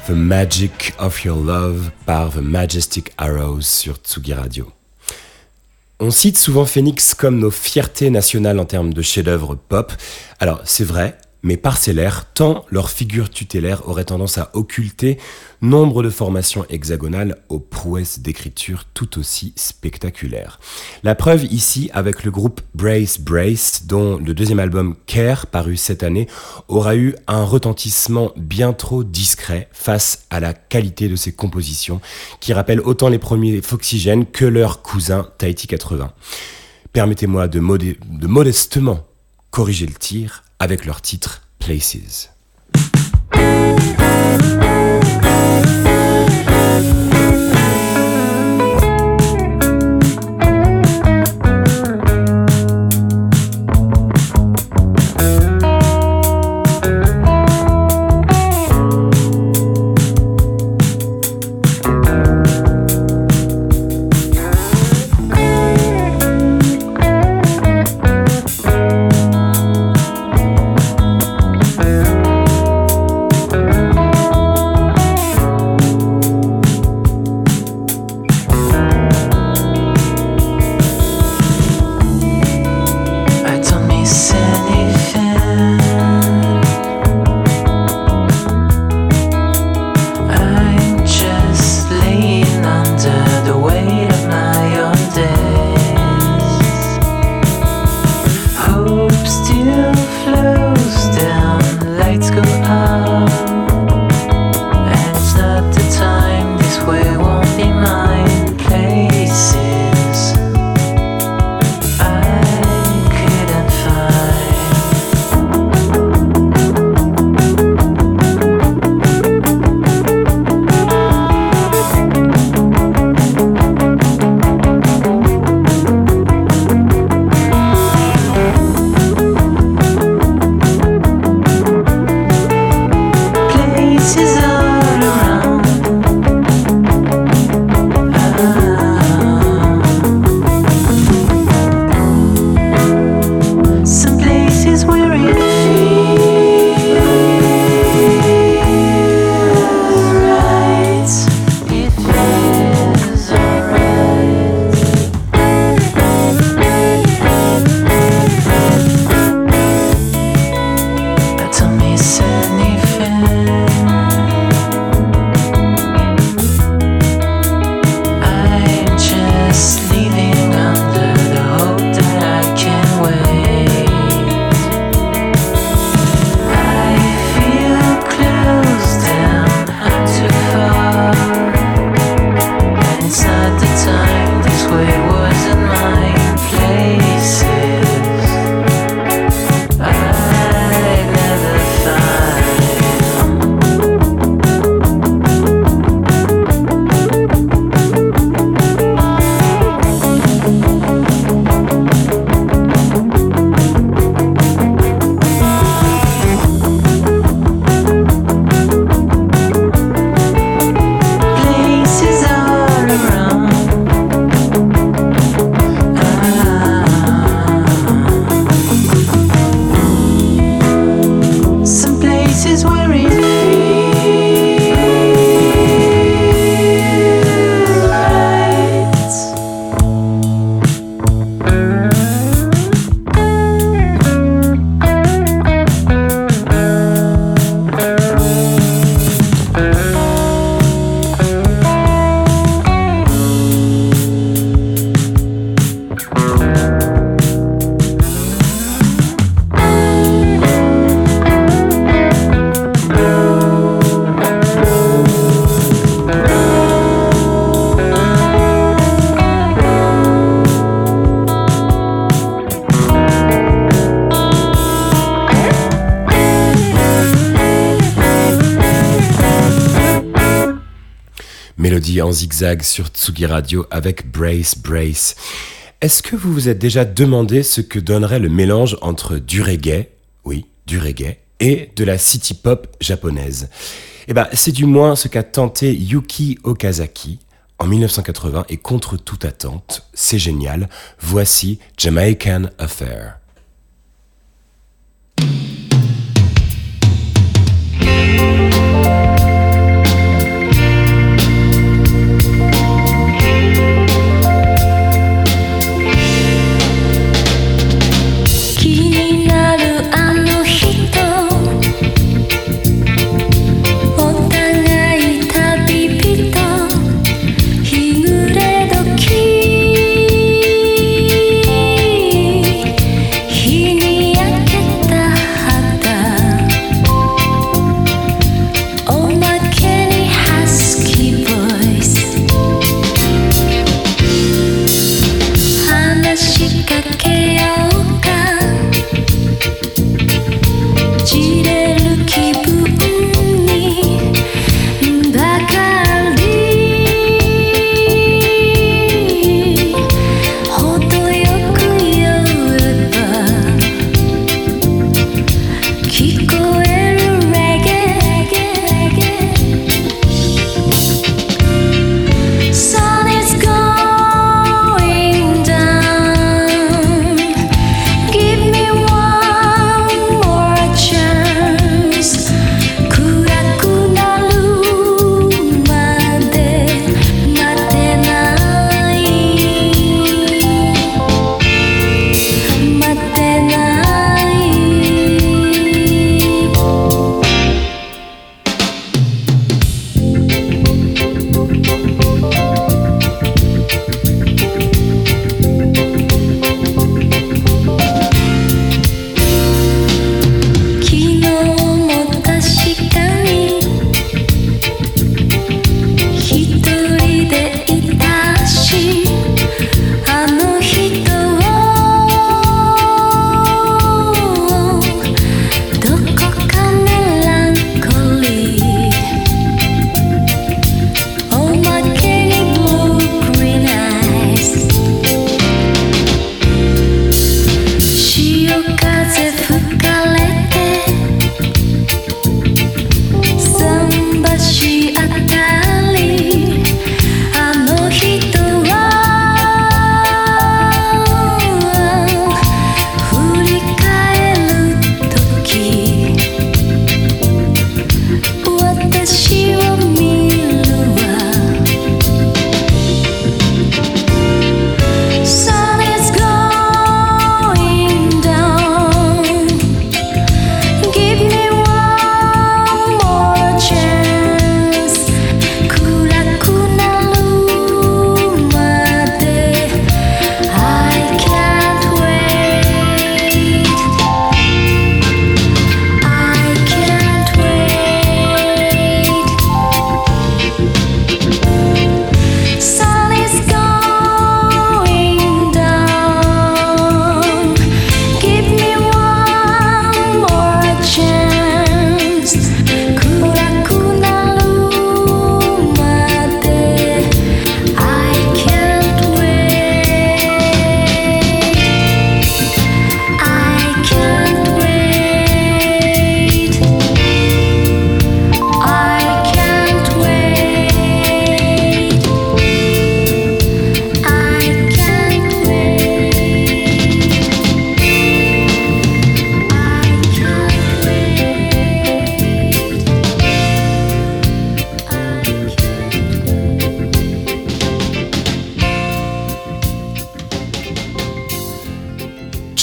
The Magic of Your Love par The Majestic Arrows sur Tsugi Radio. On cite souvent Phoenix comme nos fiertés nationales en termes de chefs-d'œuvre pop. Alors c'est vrai, mais parcellaire, tant leur figure tutélaire aurait tendance à occulter nombre de formations hexagonales aux prouesses d'écriture tout aussi spectaculaires. La preuve ici avec le groupe Brace Brace, dont le deuxième album Care, paru cette année, aura eu un retentissement bien trop discret face à la qualité de ses compositions, qui rappellent autant les premiers Foxygène que leur cousin Tahiti quatre-vingts. Permettez-moi de, modé- de modestement corriger le tir avec leur titre Places. Mélodie en zigzag sur Tsugi Radio avec Brace Brace. Est-ce que vous vous êtes déjà demandé ce que donnerait le mélange entre du reggae, oui, du reggae, et de la city pop japonaise ? Eh ben, c'est du moins ce qu'a tenté Yuki Okazaki en dix-neuf cent quatre-vingts et contre toute attente, c'est génial, voici Jamaican Affair.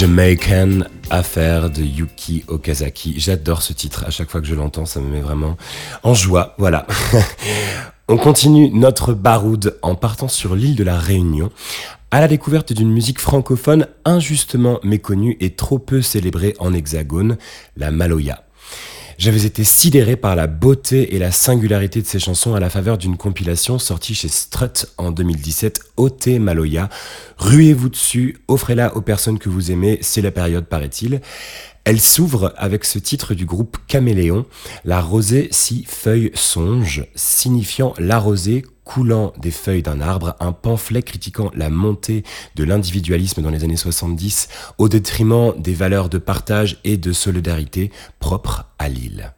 Jamaican Affair de Yuki Okazaki. J'adore ce titre, à chaque fois que je l'entends, ça me met vraiment en joie, voilà. On continue notre baroude en partant sur l'île de la Réunion, à la découverte d'une musique francophone injustement méconnue et trop peu célébrée en hexagone, la Maloya. J'avais été sidéré par la beauté et la singularité de ces chansons à la faveur d'une compilation sortie chez Strut en deux mille dix-sept, O T Maloya. Ruez-vous dessus, offrez-la aux personnes que vous aimez, c'est la période paraît-il. Elle s'ouvre avec ce titre du groupe Caméléon, La rosée si feuille songe, signifiant la rosée coulant des feuilles d'un arbre, un pamphlet critiquant la montée de l'individualisme dans les années soixante-dix au détriment des valeurs de partage et de solidarité propres à l'île.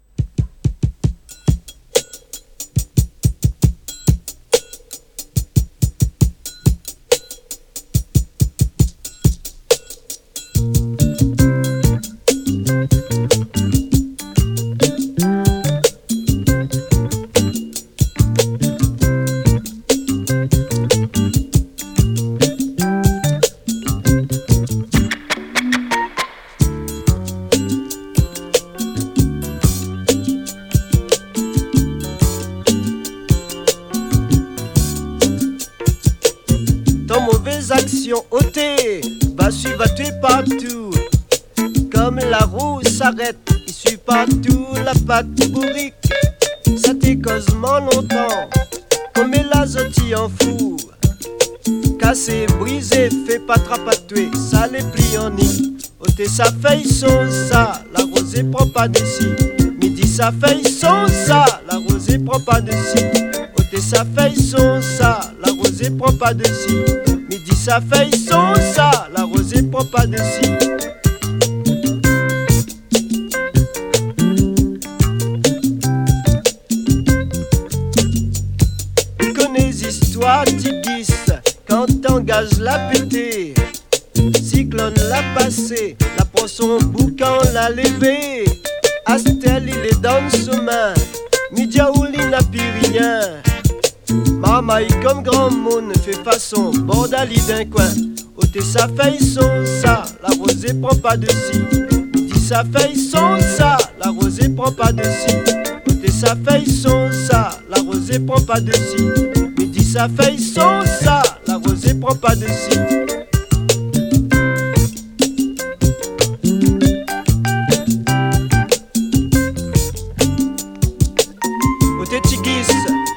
Ôté, va suivre, va tuer partout. Comme la roue s'arrête, il suit partout la patte bourrique. Ça t'est causement longtemps, comme la zotti en fou. Cassé, brisé, fait pas trapatouer, ça les plie en nid. Ôté, sa feuille son ça, la rosée prend pas de si. Midi, sa feuille son ça, la rosée prend pas de si. Ôté, sa feuille son ça, la rosée prend pas de si. Midi sa feuille son ça, la rosée prend pas de si. Tu connais l'histoire Tigis, quand t'engages la pété. Cyclone l'a passé, la prend son boucan l'a levé. Astel il est dans son main, Midiaouli n'a plus rien. Mamaï comme grand monde fait façon, bordali d'un coin. Ôté sa feuille son ça, la rosée prend pas de si. Midi sa feuille son ça, la rosée prend pas de si. Ôté sa feuille son ça, la rosée prend pas de si. Midi sa feuille son ça, la rosée prend pas de si. Ôté Tigis,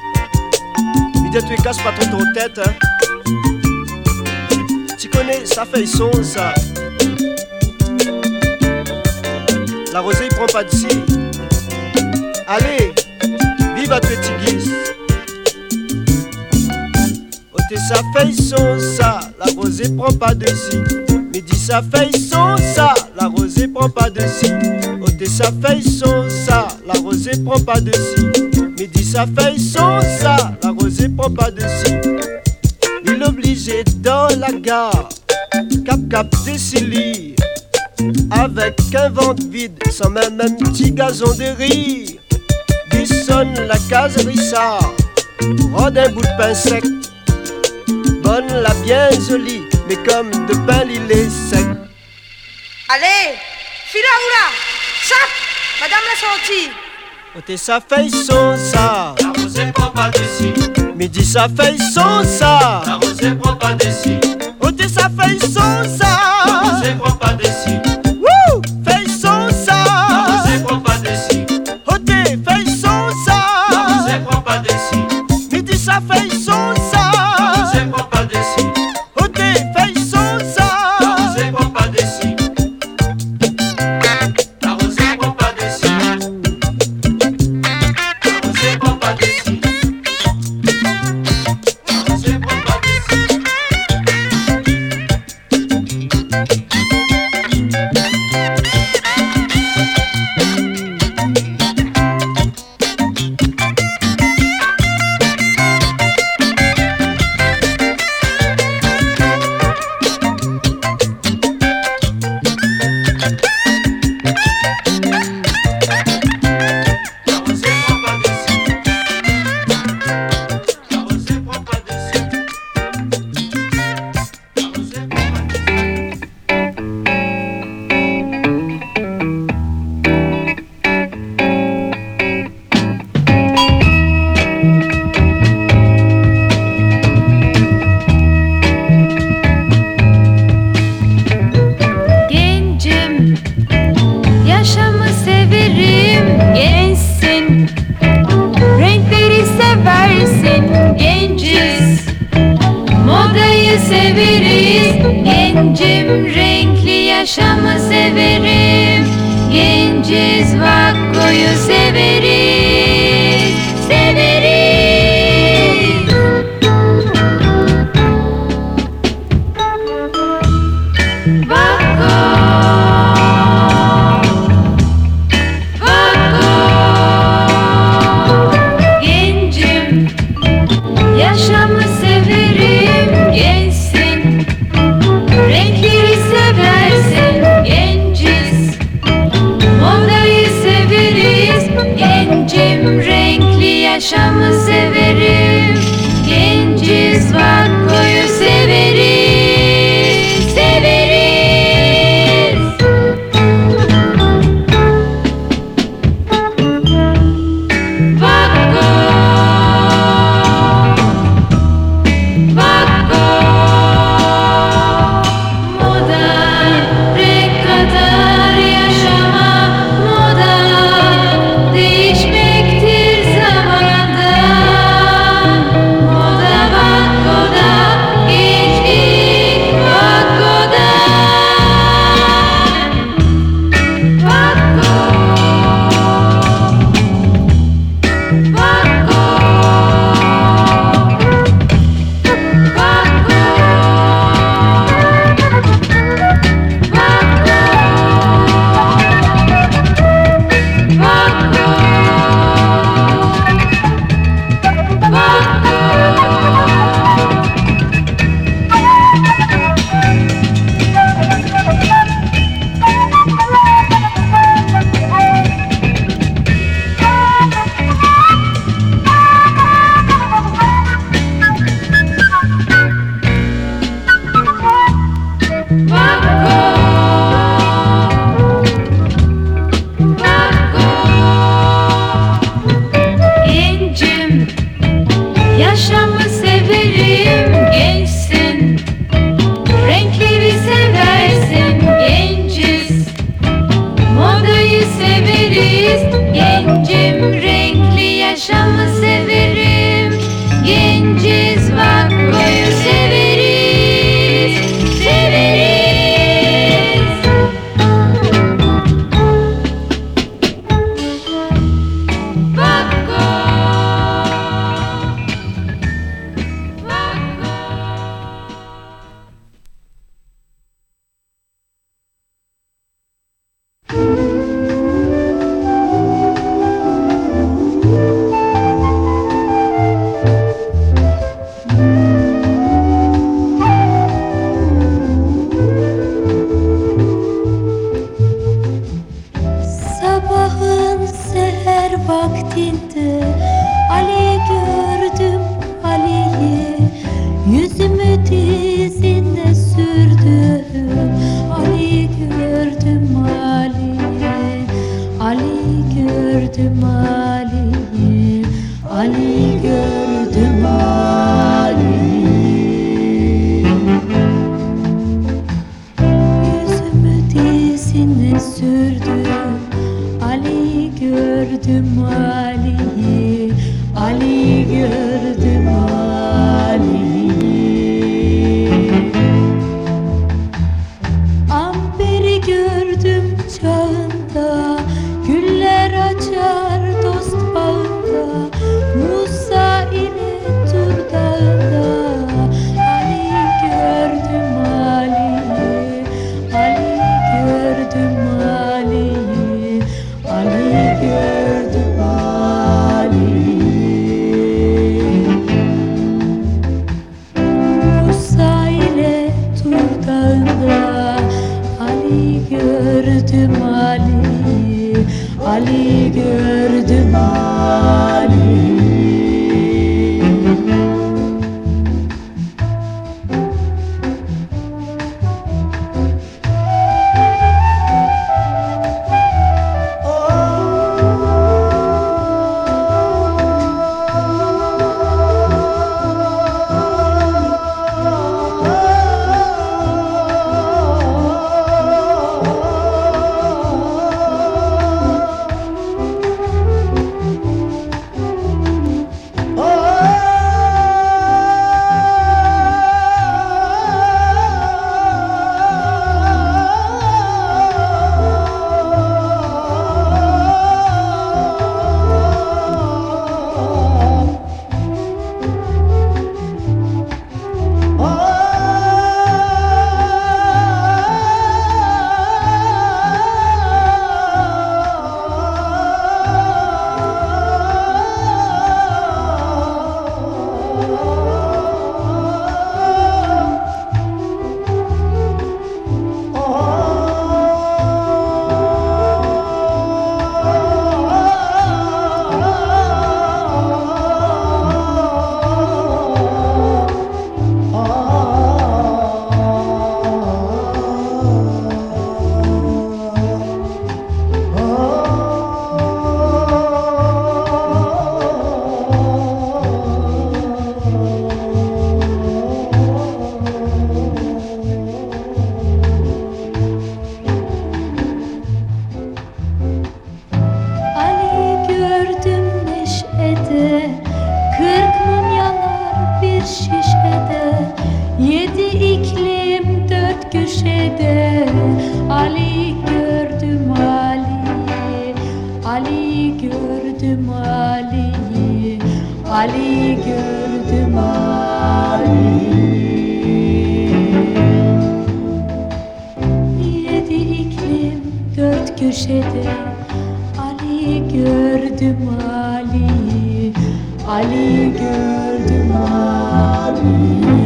tu ne casses pas trop ton tête, hein. Tu connais, ça fait son ça. La rosée prend pas d'ici. Allez, vive à petit Tigis. Ôté sa feuille son ça, la rosée prend pas d'ici. Midi sa feuille son ça, la rosée prend pas d'ici. Ôté sa feuille son ça, la rosée prend pas d'ici. Midi sa feuille son ça, la rosée prend pas de si. Il obligé dans la gare, cap cap des Silly, avec un ventre vide, sans même un petit gazon de riz. Dissonne la case Rissard, rôde un bout de pain sec. Bonne la bien jolie, mais comme de pain il est sec. Allez, fila oula, chap, madame la sortie. Ôté sa feuille son ça, la rosée prend pas de si. Midi sa feuille son ça, la rosée prend pas de si. Ôté sa feuille son ça, la rosée prend pas de si. Wouh, feuille son ça, la rosée prend pas de si. Ôté feuille son ça, la rosée prend pas de si. Midi sa feuille son ça, la rosée prend pas de si. Ôté feuille son ça, la rosée prend pas de si. La rosée prend pas de si. severiz. Gencim renkli yaşamı severim. Genciz vakkoyu severiz. Severiz. Vakko, vakko. Gencim yaşamı severim. Gençsin, renkleri seversin. Genciz, modayı severiz. Gencim renkli yaşamı severim. Genciz vakkoyu severiz. Severiz. Vakko, vakko. Moda, renk kadar yaşama. Moda, değişmektir zamanda. Moda vakkoda, gençlik vakkoda. Vakko, vakko. Gencim, yaşamı severim. Gençsin, renkleri seversin. Genciz, modayı severiz. Gencim, renkli yaşamı severim. Genciz, vakkoyu severiz. Severiz. Vakko, vakko. Sabahın seher vaktinde Ali gördüm Ali'yi. Yüzümü dizine sürdüm. Ali gördüm Ali'yi. Ali gördüm Ali'yi. Ali gördüm Ali'yi. Yüzümü dizine sürdüm. Ali gördüm Ali'yi. Ali gördüm Ali'yi. Amberi gördüm çağında. Güller açar dost bağında. Musa Yedi iklim dört köşede Ali gördüm Ali'yi, Ali gördüm Ali'yi, Ali gördüm Ali'yi. Yedi iklim dört köşede Ali gördüm Ali'yi, Ali gördüm Ali'yi.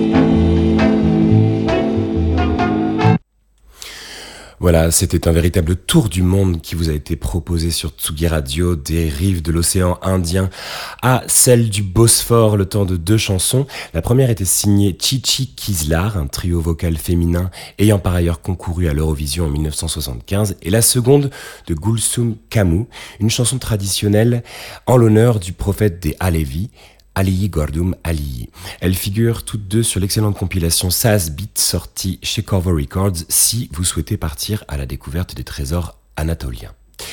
Voilà, c'était un véritable tour du monde qui vous a été proposé sur Tsugi Radio, des rives de l'océan Indien à celle du Bosphore, le temps de deux chansons. La première était signée Chichi Kizlar, un trio vocal féminin ayant par ailleurs concouru à l'Eurovision en dix-neuf cent soixante-quinze, et la seconde de Gulsum Kamu, une chanson traditionnelle en l'honneur du prophète des Alevis, Aliyi Gördüm Aliyi. Elles figurent toutes deux sur l'excellente compilation Saz Beat sortie chez Corvo Records si vous souhaitez partir à la découverte des trésors anatoliens.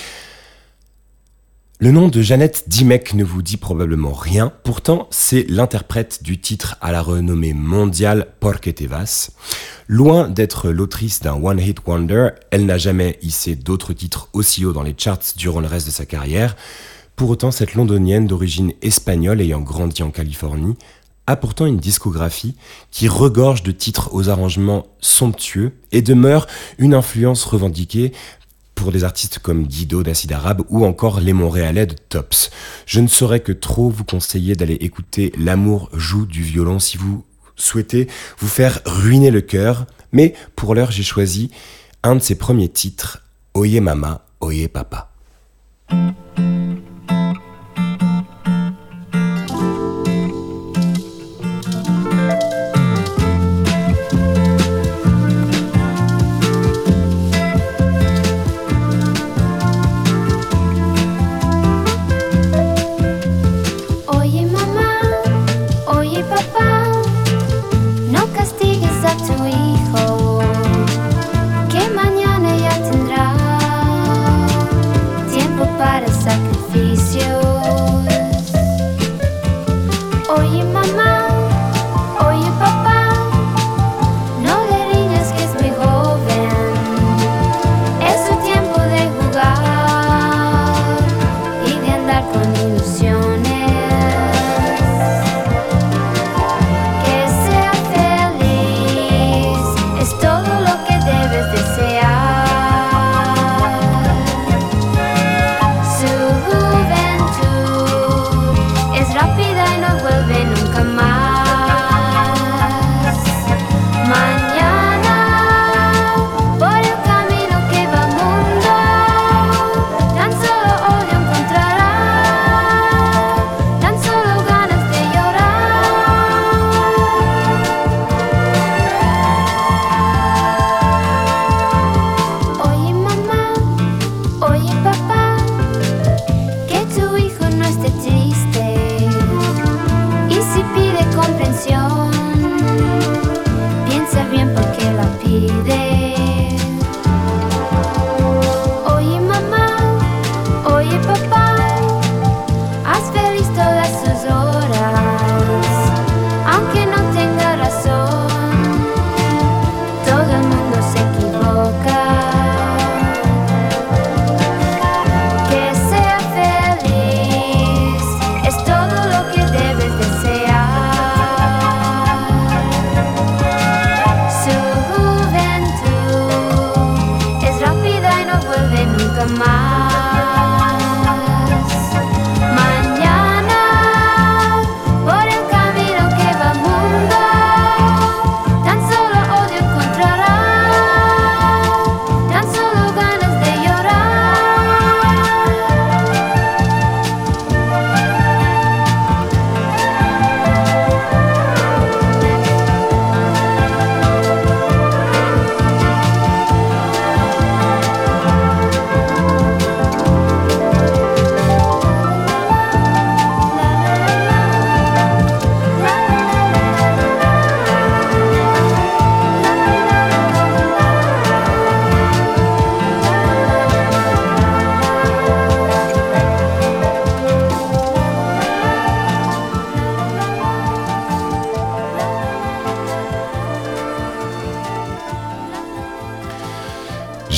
Le nom de Jeannette Dimek ne vous dit probablement rien, pourtant c'est l'interprète du titre à la renommée mondiale Porque te vas. Loin d'être l'autrice d'un one-hit wonder, elle n'a jamais hissé d'autres titres aussi haut dans les charts durant le reste de sa carrière. Pour autant, cette londonienne d'origine espagnole ayant grandi en Californie a pourtant une discographie qui regorge de titres aux arrangements somptueux et demeure une influence revendiquée pour des artistes comme Guido d'Acide Arabe ou encore les Montréalais de Tops. Je ne saurais que trop vous conseiller d'aller écouter L'amour joue du violon si vous souhaitez vous faire ruiner le cœur, mais pour l'heure j'ai choisi un de ses premiers titres, Oye Mama, Oye Papa. Rápida y no vuelve nunca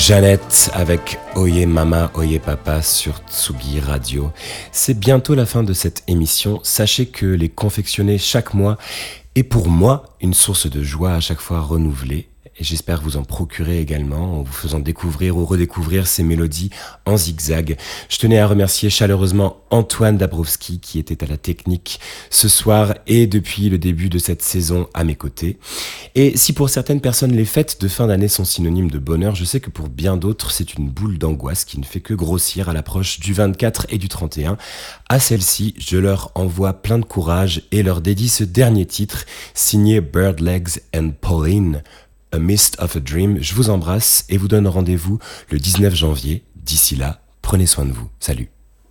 Jeannette avec Oye Mama, Oye Papa sur Tsugi Radio. C'est bientôt la fin de cette émission. Sachez que les confectionner chaque mois est pour moi une source de joie à chaque fois renouvelée. Et j'espère vous en procurer également en vous faisant découvrir ou redécouvrir ces mélodies en zigzag. Je tenais à remercier chaleureusement Antoine Dabrowski qui était à la technique ce soir et depuis le début de cette saison à mes côtés. Et si pour certaines personnes les fêtes de fin d'année sont synonymes de bonheur, je sais que pour bien d'autres c'est une boule d'angoisse qui ne fait que grossir à l'approche du vingt-quatre et du trente et un. À celle-ci, je leur envoie plein de courage et leur dédie ce dernier titre signé Bird Legs and Pauline, A Mist of a Dream. Je vous embrasse et vous donne rendez-vous le dix-neuf janvier. D'ici là, prenez soin de vous. Salut.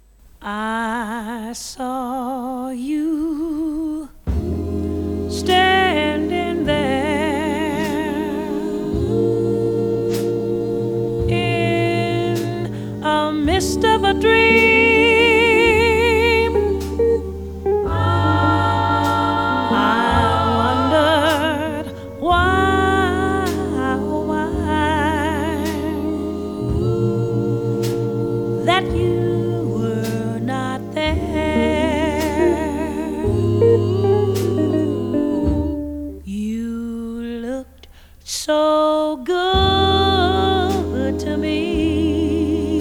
I saw you standing there in a mist of a dream. So good to me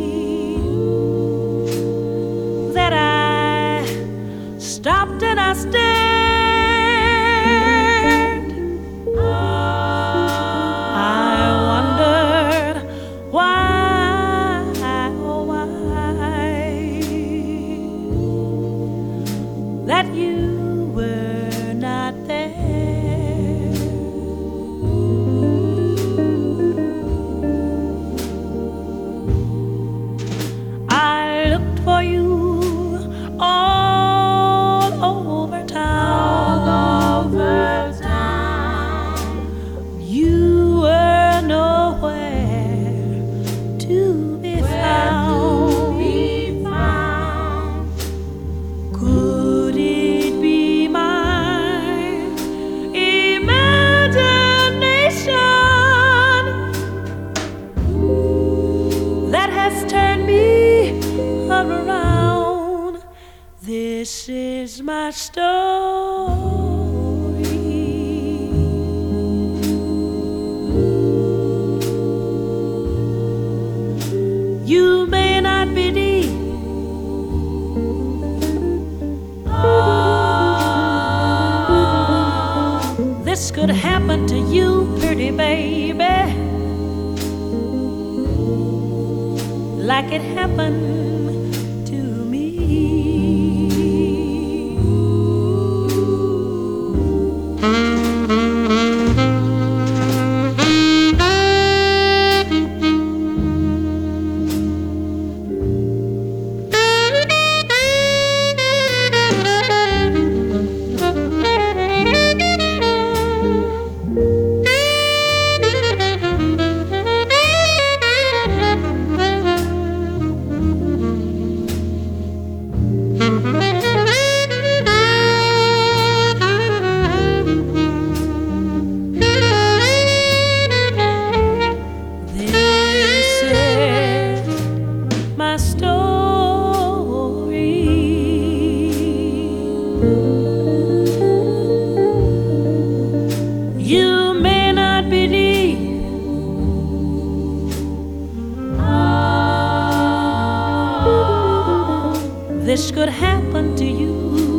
that I stopped and I stared. I wondered why, oh why, that you were not there. This is my story. You may not believe oh, this could happen to you, pretty baby, like it happened this could happen to you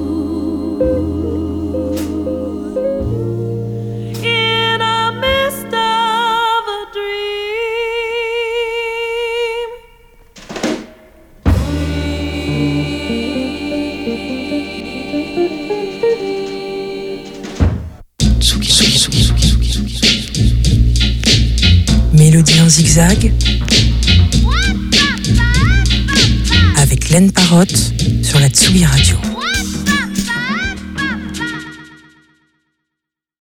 in a mist of a dream. Mélodie en zigzag avec Laine Parotte sur la Tsugi Radio.